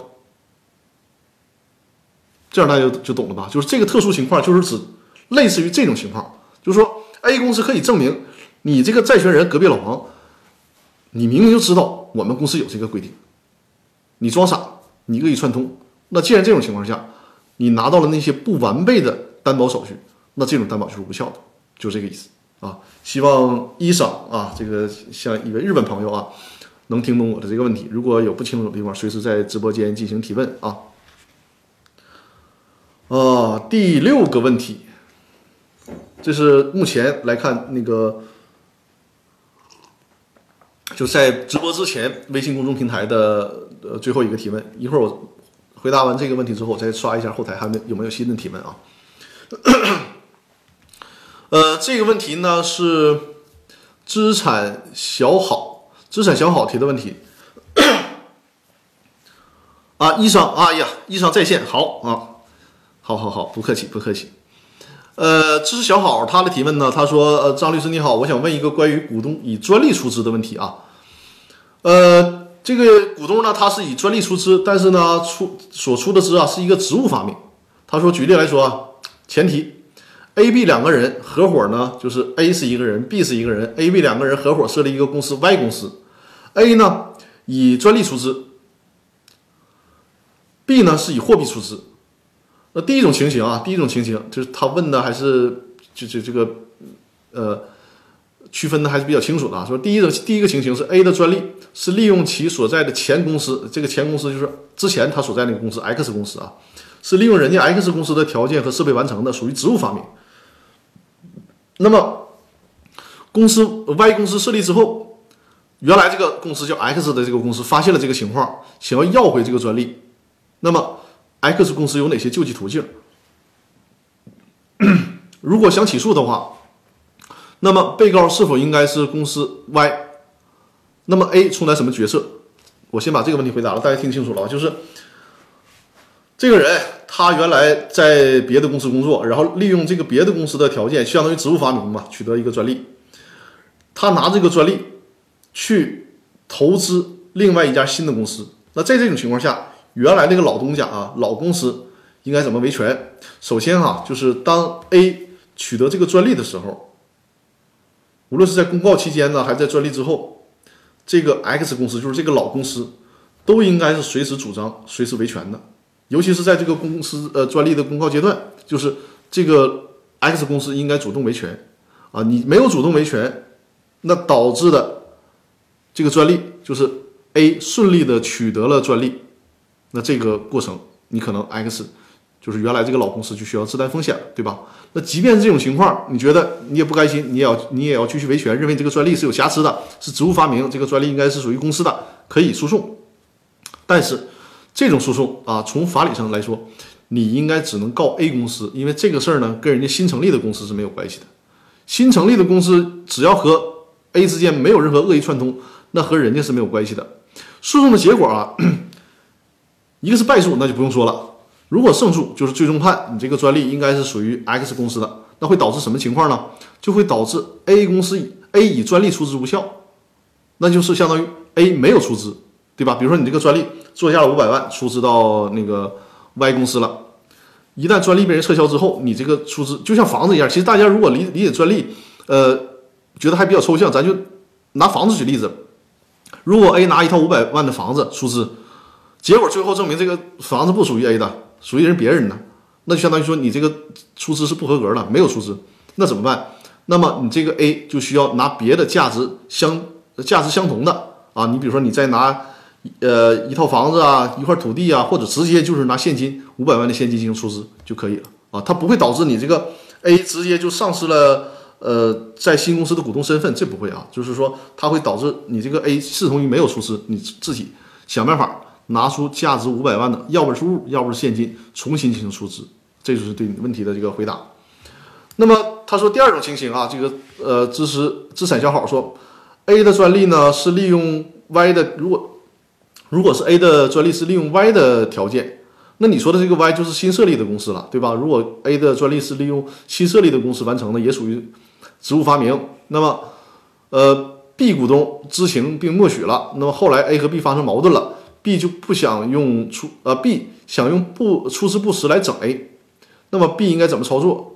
这样大家就懂了吧？就是这个特殊情况，就是指类似于这种情况，就是说 A 公司可以证明你这个债权人隔壁老王，你明明就知道我们公司有这个规定，你装傻，你恶意串通。那既然这种情况下，你拿到了那些不完备的担保手续，那这种担保就是无效的，就这个意思啊。希望伊桑啊，这个像一位日本朋友啊，能听懂我的这个问题。如果有不清楚的地方，随时在直播间进行提问啊。第6个问题，这是目前来看那个就在直播之前微信公众平台的最后一个提问。一会儿我回答完这个问题之后，我再刷一下后台还有没有新的提问啊。这个问题呢是资产小好提的问题。啊，医生，哎呀，医生在线，好啊。好，不客气。知识小好他的提问呢，他说，张律师你好，我想问一个关于股东以专利出资的问题啊。这个股东呢，他是以专利出资，但是呢，所出的资啊是一个职务发明。他说，举例来说啊，前提 A、B 两个人合伙呢，就是 A 是一个人 ，B 是一个人 ，A、B 两个人合伙设立一个公司 Y 公司 ，A 呢以专利出资 ，B 呢是以货币出资。那第一种情形就是他问的还是这个区分的还是比较清楚的啊。说第一个情形是 A 的专利是利用其所在的前公司，这个前公司就是之前他所在那个公司 X 公司啊，是利用人家 X 公司的条件和设备完成的，属于职务发明。那么公司 Y 公司设立之后，原来这个公司叫 X 的这个公司发现了这个情况，想要回这个专利，那么X 公司有哪些救济途径？如果想起诉的话，那么被告是否应该是公司 Y？ 那么 A 充当什么角色？我先把这个问题回答了，大家听清楚了，就是这个人他原来在别的公司工作，然后利用这个别的公司的条件，相当于职务发明嘛，取得一个专利，他拿这个专利去投资另外一家新的公司。那在这种情况下，原来那个老东家啊，老公司应该怎么维权？首先就是当 A 取得这个专利的时候，无论是在公告期间呢，还是在专利之后，这个 X 公司就是这个老公司，都应该是随时主张、随时维权的。尤其是在这个公司专利的公告阶段，就是这个 X 公司应该主动维权啊，你没有主动维权，那导致的这个专利就是 A 顺利的取得了专利。那这个过程，你可能 X 就是原来这个老公司就需要自担风险，对吧？那即便是这种情况，你觉得你也不甘心，你也要继续维权，认为这个专利是有瑕疵的，是职务发明，这个专利应该是属于公司的，可以诉讼。但是这种诉讼啊，从法理上来说，你应该只能告 A 公司，因为这个事儿呢跟人家新成立的公司是没有关系的。新成立的公司只要和 A 之间没有任何恶意串通，那和人家是没有关系的。诉讼的结果啊，一个是败诉，那就不用说了。如果胜诉，就是最终判你这个专利应该是属于 X 公司的，那会导致什么情况呢？就会导致 A 公司 A 以专利出资无效，那就是相当于 A 没有出资，对吧？比如说你这个专利做下了500万，出资到那个 Y 公司了，一旦专利被人撤销之后，你这个出资就像房子一样。其实大家如果理解专利，觉得还比较抽象，咱就拿房子举例子。如果 A 拿一套500万的房子出资，结果最后证明这个房子不属于 A 的，属于别人的，那就相当于说你这个出资是不合格的，没有出资，那怎么办？那么你这个 A 就需要拿别的价值相同的啊，你比如说你再拿一套房子啊，一块土地啊，或者直接就是拿现金500万的现金进行出资就可以了啊，它不会导致你这个 A 直接就丧失了在新公司的股东身份，这不会啊，就是说它会导致你这个 A 视同于没有出资，你自己想办法拿出价值500万的，要不是物，要不是现金，重新进行出资，这就是对你问题的这个回答。那么他说第二种情形啊，这个资产小好说 A 的专利呢是利用 Y 的，如果是 A 的专利是利用 Y 的条件，那你说的这个 Y 就是新设立的公司了，对吧？如果 A 的专利是利用新设立的公司完成的，也属于职务发明。那么B 股东知情并默许了，那么后来 A 和 B 发生矛盾了， B 就不想用B 想用出资不实来整 A， 那么 B 应该怎么操作？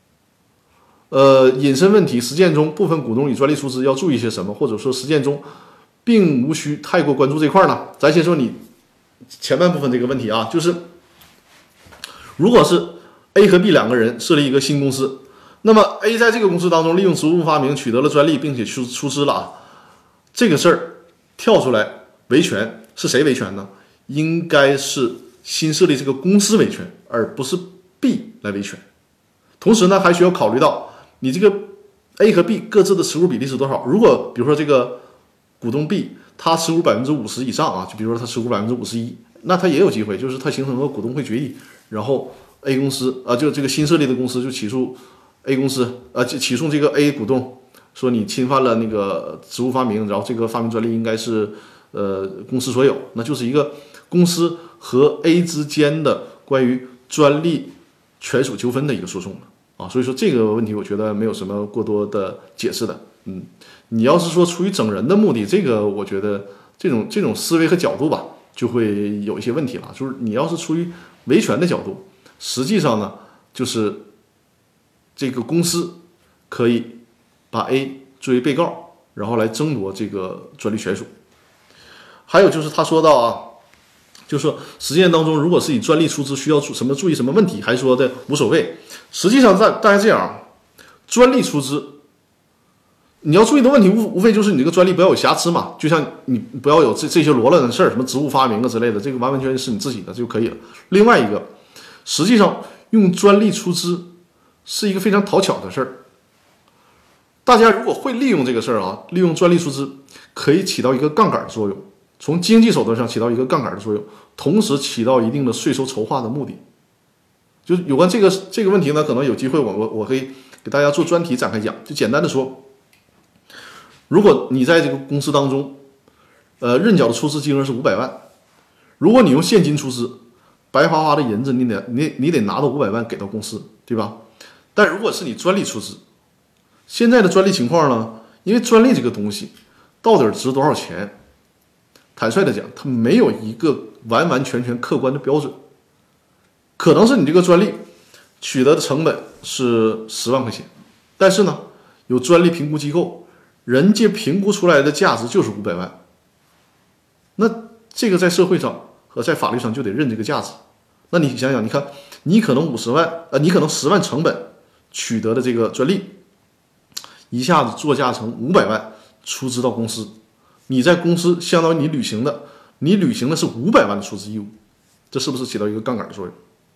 引申问题，实践中部分股东与专利出资要注意些什么？或者说实践中并无需太过关注这块呢？咱先说你前半部分这个问题啊，就是如果是 A 和 B 两个人设立一个新公司，那么 A 在这个公司当中利用职务发明取得了专利，并且出资了啊，这个事儿跳出来维权，是谁维权呢？应该是新设立这个公司维权，而不是 B 来维权。同时呢，还需要考虑到你这个 A 和 B 各自的持股比例是多少。如果比如说这个股东 B 他持股50%以上啊，就比如说他持股51%，那他也有机会，就是他形成个股东会决议，然后 A 公司就这个新设立的公司就起诉 A 公司起诉这个 A 股东，说你侵犯了那个职务发明，然后这个发明专利应该是公司所有，那就是一个公司和 A 之间的关于专利权属纠纷的一个诉讼啊，所以说这个问题我觉得没有什么过多的解释的。你要是说出于整人的目的，这个我觉得这种思维和角度吧，就会有一些问题了。就是你要是出于维权的角度，实际上呢，就是这个公司可以把 A 作为被告，然后来争夺这个专利权属。还有就是他说到啊，就是说实践当中，如果是以专利出资需要注意什么问题，还说的无所谓。实际上大家这样，专利出资你要注意的问题无非就是你这个专利不要有瑕疵嘛，就像你不要有这些罗乱的事儿，什么职务发明啊之类的，这个完完全全是你自己的就可以了。另外一个，实际上用专利出资是一个非常讨巧的事儿。大家如果会利用这个事儿啊，利用专利出资可以起到一个杠杆的作用，从经济手段上起到一个杠杆的作用，同时起到一定的税收筹划的目的。就是有关这个问题呢，可能有机会我可以给大家做专题展开讲。就简单的说，如果你在这个公司当中，认缴的出资金额是500万，如果你用现金出资，白花花的银子，你得拿到500万给到公司，对吧？但如果是你专利出资，现在的专利情况呢，因为专利这个东西到底值多少钱，坦率的讲，它没有一个完完全全客观的标准。可能是你这个专利取得的成本是10万块钱，但是呢，有专利评估机构，人家评估出来的价值就是500万，那这个在社会上和在法律上就得认这个价值。那你想想，你看，你可能50万，你可能10万成本取得的这个专利，一下子作价成500万出资到公司，你在公司相当于你履行的是500万的出资义务，这是不是起到一个杠杆的作用？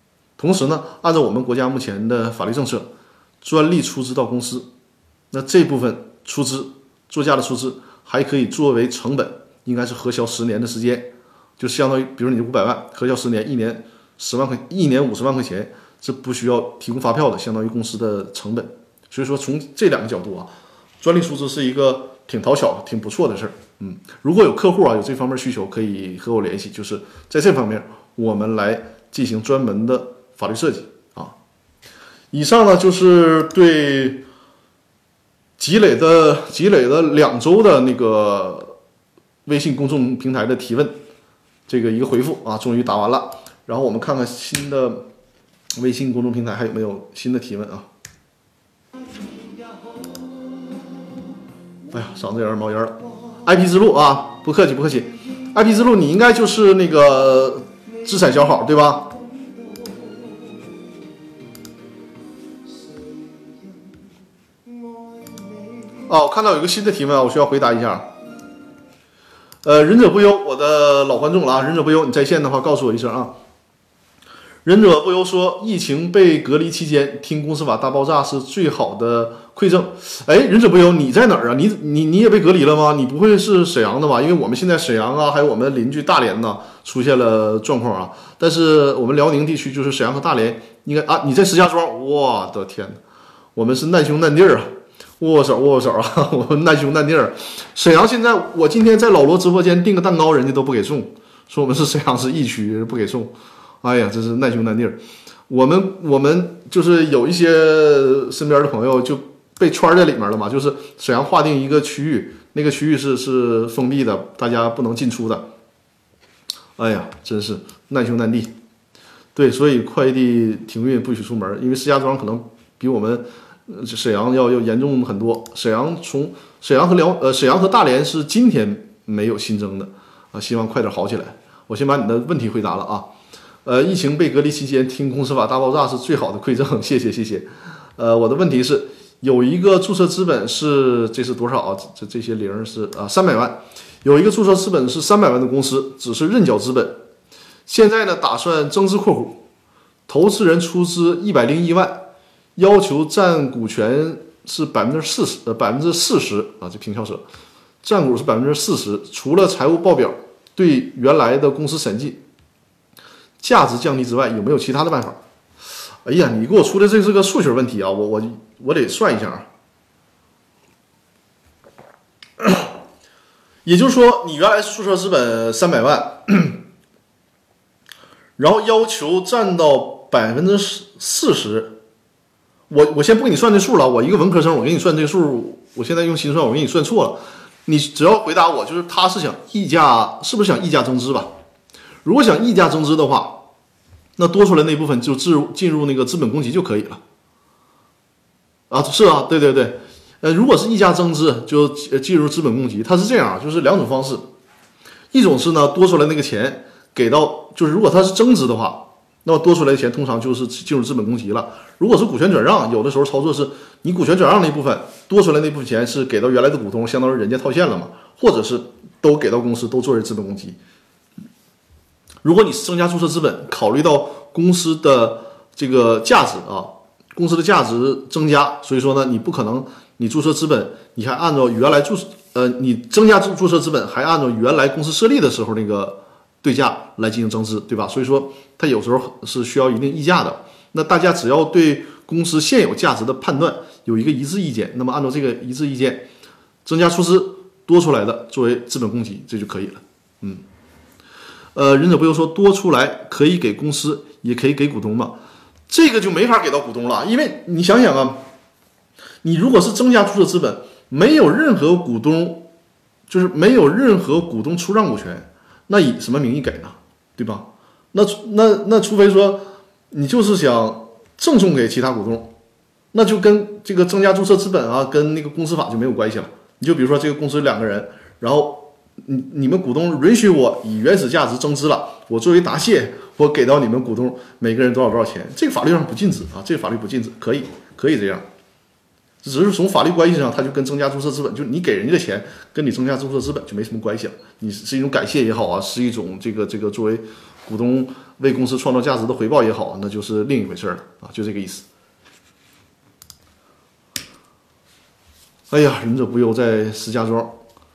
同时呢，按照我们国家目前的法律政策，专利出资到公司，那这部分出资作价的出资还可以作为成本，应该是核销10年的时间，就相当于比如你500万核销10年，一年50万块钱，这不需要提供发票的，相当于公司的成本。所以说从这2个角度啊，专利出资是一个挺讨巧、挺不错的事儿。如果有客户啊有这方面需求，可以和我联系，就是在这方面我们来进行专门的法律设计啊。以上呢就是对积累的2周的那个微信公众平台的提问，这个一个回复啊，终于答完了。然后我们看看新的微信公众平台还有没有新的提问啊。哎呀，嗓子有点冒烟了。IP 之路啊，不客气不客气。IP 之路，你应该就是那个智彩小好对吧？哦，我看到有一个新的提问啊，我需要回答一下。忍者不忧，我的老观众了啊，忍者不忧，你在线的话告诉我一声啊。忍者不忧说，疫情被隔离期间听公司法大爆炸是最好的馈赠。哎，忍者不忧，你在哪儿啊？你也被隔离了吗？你不会是沈阳的吧？因为我们现在沈阳啊，还有我们邻居大连呢，出现了状况啊。但是我们辽宁地区就是沈阳和大连，应该啊，你在石家庄，我的天哪，我们是难兄难弟啊，握手啊，我们难兄难弟。沈阳现在，我今天在老罗直播间订个蛋糕，人家都不给送，说我们是沈阳市疫区，不给送。哎呀，真是难兄难弟。我们就是有一些身边的朋友就被圈在里面了嘛，就是沈阳划定一个区域，那个区域是封闭的，大家不能进出的。哎呀，真是难兄难弟。对，所以快递停运不许出门，因为石家庄可能比我们沈阳要严重很多。沈阳和大连是今天没有新增的啊，希望快点好起来。我先把你的问题回答了啊。疫情被隔离期间听公司法大爆炸是最好的馈赠，谢谢。我的问题是，有一个注册资本是这是多少啊？这些零是300万，有一个注册资本是300万的公司，只是认缴资本，现在呢打算增资扩股，投资人出资101万，要求占股权是40%啊，这平翘舌，占股是40%，除了财务报表对原来的公司审计价值降低之外，有没有其他的办法？哎呀，你给我出的这是个数学问题啊，我得算一下啊。也就是说，你原来是注册资本300万，然后要求占到40%，我先不给你算这数了，我一个文科生，我给你算这个数，我现在用心算，我给你算错了。你只要回答我，就是他是想溢价，是不是想溢价增资吧？如果想溢价增资的话，那多出来那部分就进入那个资本公积就可以了。啊，是啊，对。如果是溢价增资，就进入资本公积。它是这样，就是2种方式，一种是呢多出来那个钱给到，就是如果它是增资的话，那么多出来的钱通常就是进入资本公积了。如果是股权转让，有的时候操作是你股权转让那部分多出来那部分钱是给到原来的股东，相当于人家套现了嘛，或者是都给到公司，都作为资本公积。如果你增加注册资本，考虑到公司的这个价值啊，公司的价值增加，所以说呢，你不可能你注册资本，你还按照原来你增加注册资本，还按照原来公司设立的时候那个对价来进行增资，对吧？所以说它有时候是需要一定溢价的。那大家只要对公司现有价值的判断有一个一致意见，那么按照这个一致意见增加出资多出来的作为资本公积，这就可以了。忍者不忧说多出来可以给公司，也可以给股东嘛？这个就没法给到股东了，因为你想想啊，你如果是增加注册资本，没有任何股东，就是没有任何股东出让股权，那以什么名义给呢？对吧？那除非说你就是想赠送给其他股东，那就跟这个增加注册资本啊，跟那个公司法就没有关系了。你就比如说这个公司2个人，然后你们股东允许我以原始价值增资了，我作为答谢，我给到你们股东每个人多少钱，这个法律上不禁止啊，这个法律不禁止，可以这样，只是从法律关系上，它就跟增加注册资本，就你给人家的钱跟你增加注册资本就没什么关系了，你是一种感谢也好啊，是一种这个作为股东为公司创造价值的回报也好，那就是另一回事了啊，就这个意思。哎呀，仁者不忧在石家庄，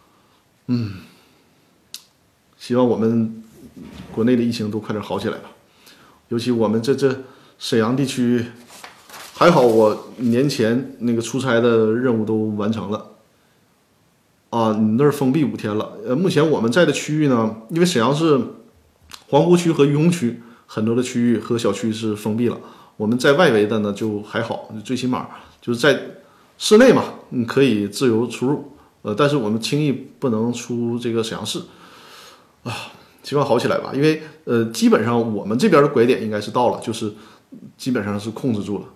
希望我们国内的疫情都快点好起来吧。尤其我们这沈阳地区，还好我年前那个出差的任务都完成了。啊，你那儿封闭5天了。目前我们在的区域呢，因为沈阳是皇姑区和于洪区，很多的区域和小区是封闭了。我们在外围的呢就还好，最起码就是在室内嘛，你可以自由出入。但是我们轻易不能出这个沈阳市啊，希望好起来吧。因为基本上我们这边的拐点应该是到了，就是基本上是控制住了。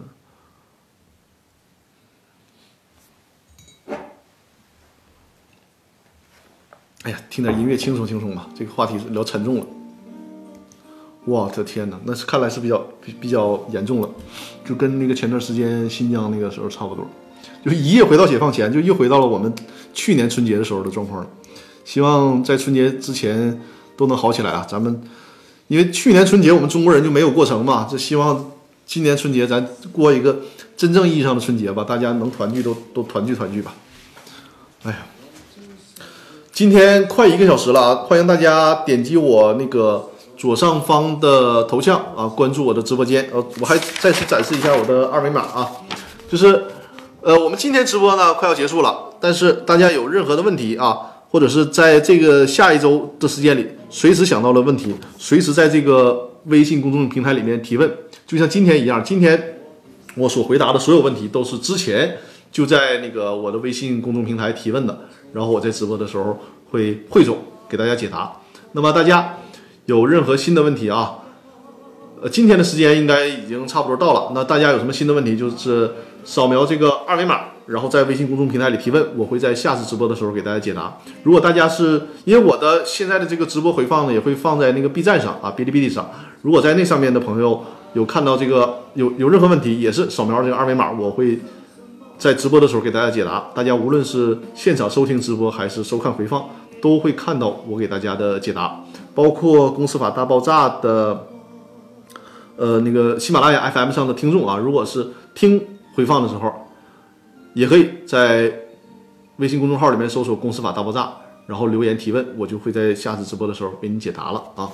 哎呀，听点音乐轻松轻松吧，这个话题聊沉重了。我的天哪，那是看来是比较严重了，就跟那个前段时间新疆那个时候差不多，就是一夜回到解放前，就又回到了我们去年春节的时候的状况了。希望在春节之前都能好起来啊！咱们因为去年春节我们中国人就没有过成嘛，就希望今年春节咱过一个真正意义上的春节吧，大家能团聚都团聚团聚吧。哎呀。今天快1个小时了啊！欢迎大家点击我那个左上方的头像啊，关注我的直播间。我还再次展示一下我的2维码啊，就是我们今天直播呢快要结束了，但是大家有任何的问题啊，或者是在这个下一周的时间里随时想到了问题，随时在这个微信公众平台里面提问，就像今天一样。今天我所回答的所有问题都是之前就在那个我的微信公众平台提问的。然后我在直播的时候会汇总给大家解答。那么大家有任何新的问题啊，今天的时间应该已经差不多到了。那大家有什么新的问题，就是扫描这个2维码，然后在微信公众平台里提问，我会在下次直播的时候给大家解答。如果大家是因为我的现在的这个直播回放呢，也会放在那个 B 站上啊，哔哩哔哩上。如果在那上面的朋友有看到这个有任何问题，也是扫描这个2维码，我会在直播的时候给大家解答。大家无论是现场收听直播还是收看回放，都会看到我给大家的解答。包括公司法大爆炸的那个喜马拉雅 FM 上的听众啊，如果是听回放的时候，也可以在微信公众号里面搜索公司法大爆炸，然后留言提问，我就会在下次直播的时候给你解答了啊。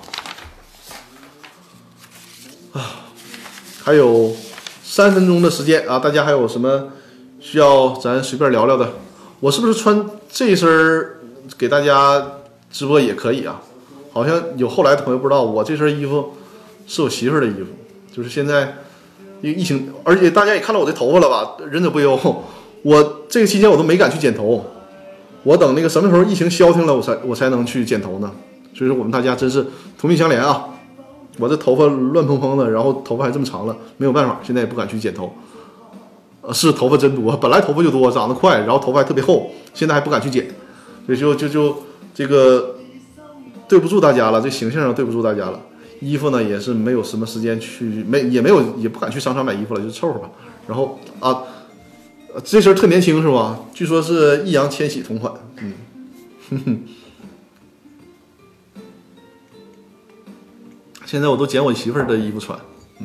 还有3分钟的时间啊，大家还有什么需要咱随便聊聊的？我是不是穿这身给大家直播也可以啊？好像有后来的朋友不知道，我这身衣服是我媳妇儿的衣服，就是现在疫情，而且大家也看到我的头发了吧？忍者不忧，我这个期间我都没敢去剪头，我等那个什么时候疫情消停了，我才能去剪头呢。所以说我们大家真是同病相怜啊！我这头发乱蓬蓬的，然后头发还这么长了，没有办法，现在也不敢去剪头。是头发真多，本来头发就多，长得快，然后头发还特别厚，现在还不敢去剪，所以就这个对不住大家了，这形象上对不住大家了。衣服呢也是没有什么时间去，也不敢去商场买衣服了，就凑合吧。然后啊，这身特年轻是吧？据说是易烊千玺同款，现在我都捡我媳妇儿的衣服穿，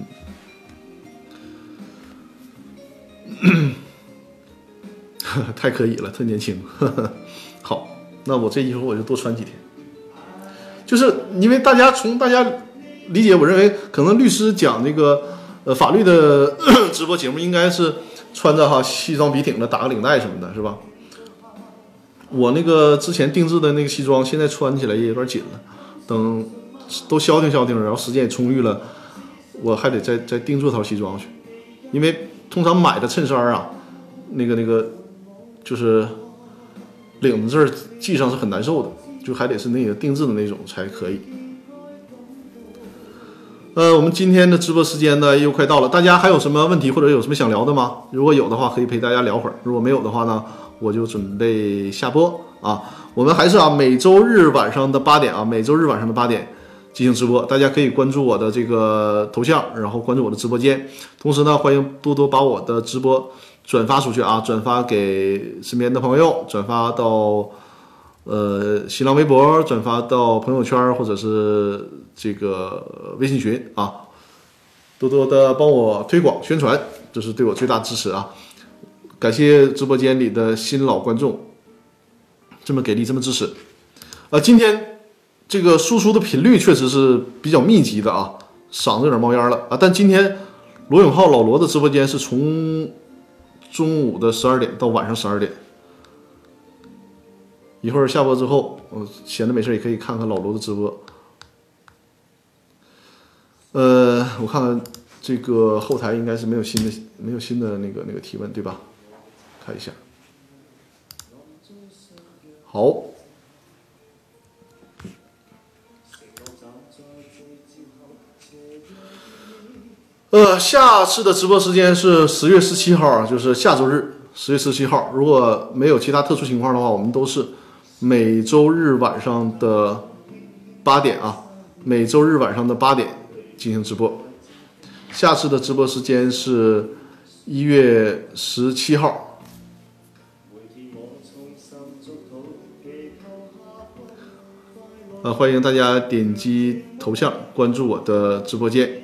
太可以了，特年轻。好，那我这衣服我就多穿几天。就是因为大家理解，我认为可能律师讲这个法律的直播节目应该是穿着西装笔挺的，打个领带什么的，是吧？我那个之前定制的那个西装，现在穿起来也有点紧了，等都消停消停，然后时间也充裕了，我还得再定做套西装去，因为通常买的衬衫啊，那个就是领子这儿系上是很难受的，就还得是那个定制的那种才可以。我们今天的直播时间呢又快到了，大家还有什么问题或者有什么想聊的吗？如果有的话，可以陪大家聊会儿；如果没有的话呢，我就准备下播啊。我们还是每周日晚上的8点啊，每周日晚上的8点进行直播，大家可以关注我的这个头像，然后关注我的直播间。同时呢，欢迎多多把我的直播转发出去啊，转发给身边的朋友，转发到新浪微博转发到朋友圈或者是这个微信群啊，多多的帮我推广宣传，这是对我最大支持啊！感谢直播间里的新老观众这么给力，这么支持。今天这个输出的频率确实是比较密集的啊，嗓子有点冒烟了啊！但今天罗永浩老罗的直播间是从中午的12点到晚上12点。一会儿下播之后，我闲着没事也可以看看老罗的直播。我看看这个后台应该是没有新的那个提问，对吧？看一下。好。下次的直播时间是10月17号，就是下周日10月17号。如果没有其他特殊情况的话，我们都是每周日晚上的8点啊，每周日晚上的8点进行直播。下次的直播时间是1月17号。欢迎大家点击头像关注我的直播间。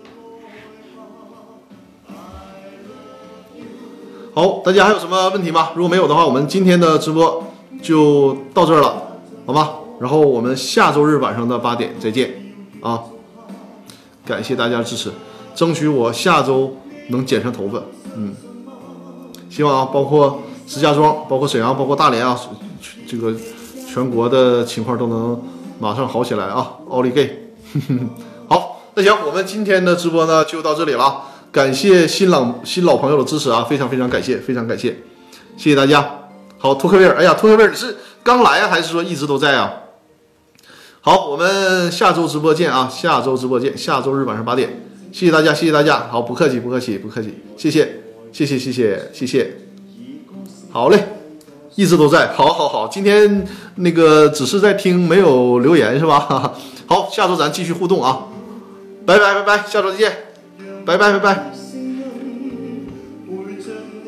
好，大家还有什么问题吗？如果没有的话，我们今天的直播就到这儿了，好吗？然后我们下周日晚上的8点再见啊！感谢大家支持，争取我下周能剪上头发。希望啊，包括石家庄、包括沈阳、包括大连啊，这个全国的情况都能马上好起来啊！奥利给！好，那行，我们今天的直播呢就到这里了。感谢新老朋友的支持啊，非常非常感谢，非常感谢，谢谢大家。好，托克维尔，哎呀，托克维尔，你是刚来啊，还是说一直都在啊？好，我们下周直播见啊，下周直播见，下周日晚上8点，谢谢大家，谢谢大家。好，不客气，不客气，不客气，谢谢，谢谢，谢谢，谢谢。好嘞，一直都在，好好好，今天那个只是在听，没有留言是吧？好，下周咱继续互动啊，拜拜拜拜，下周再见。拜拜拜拜。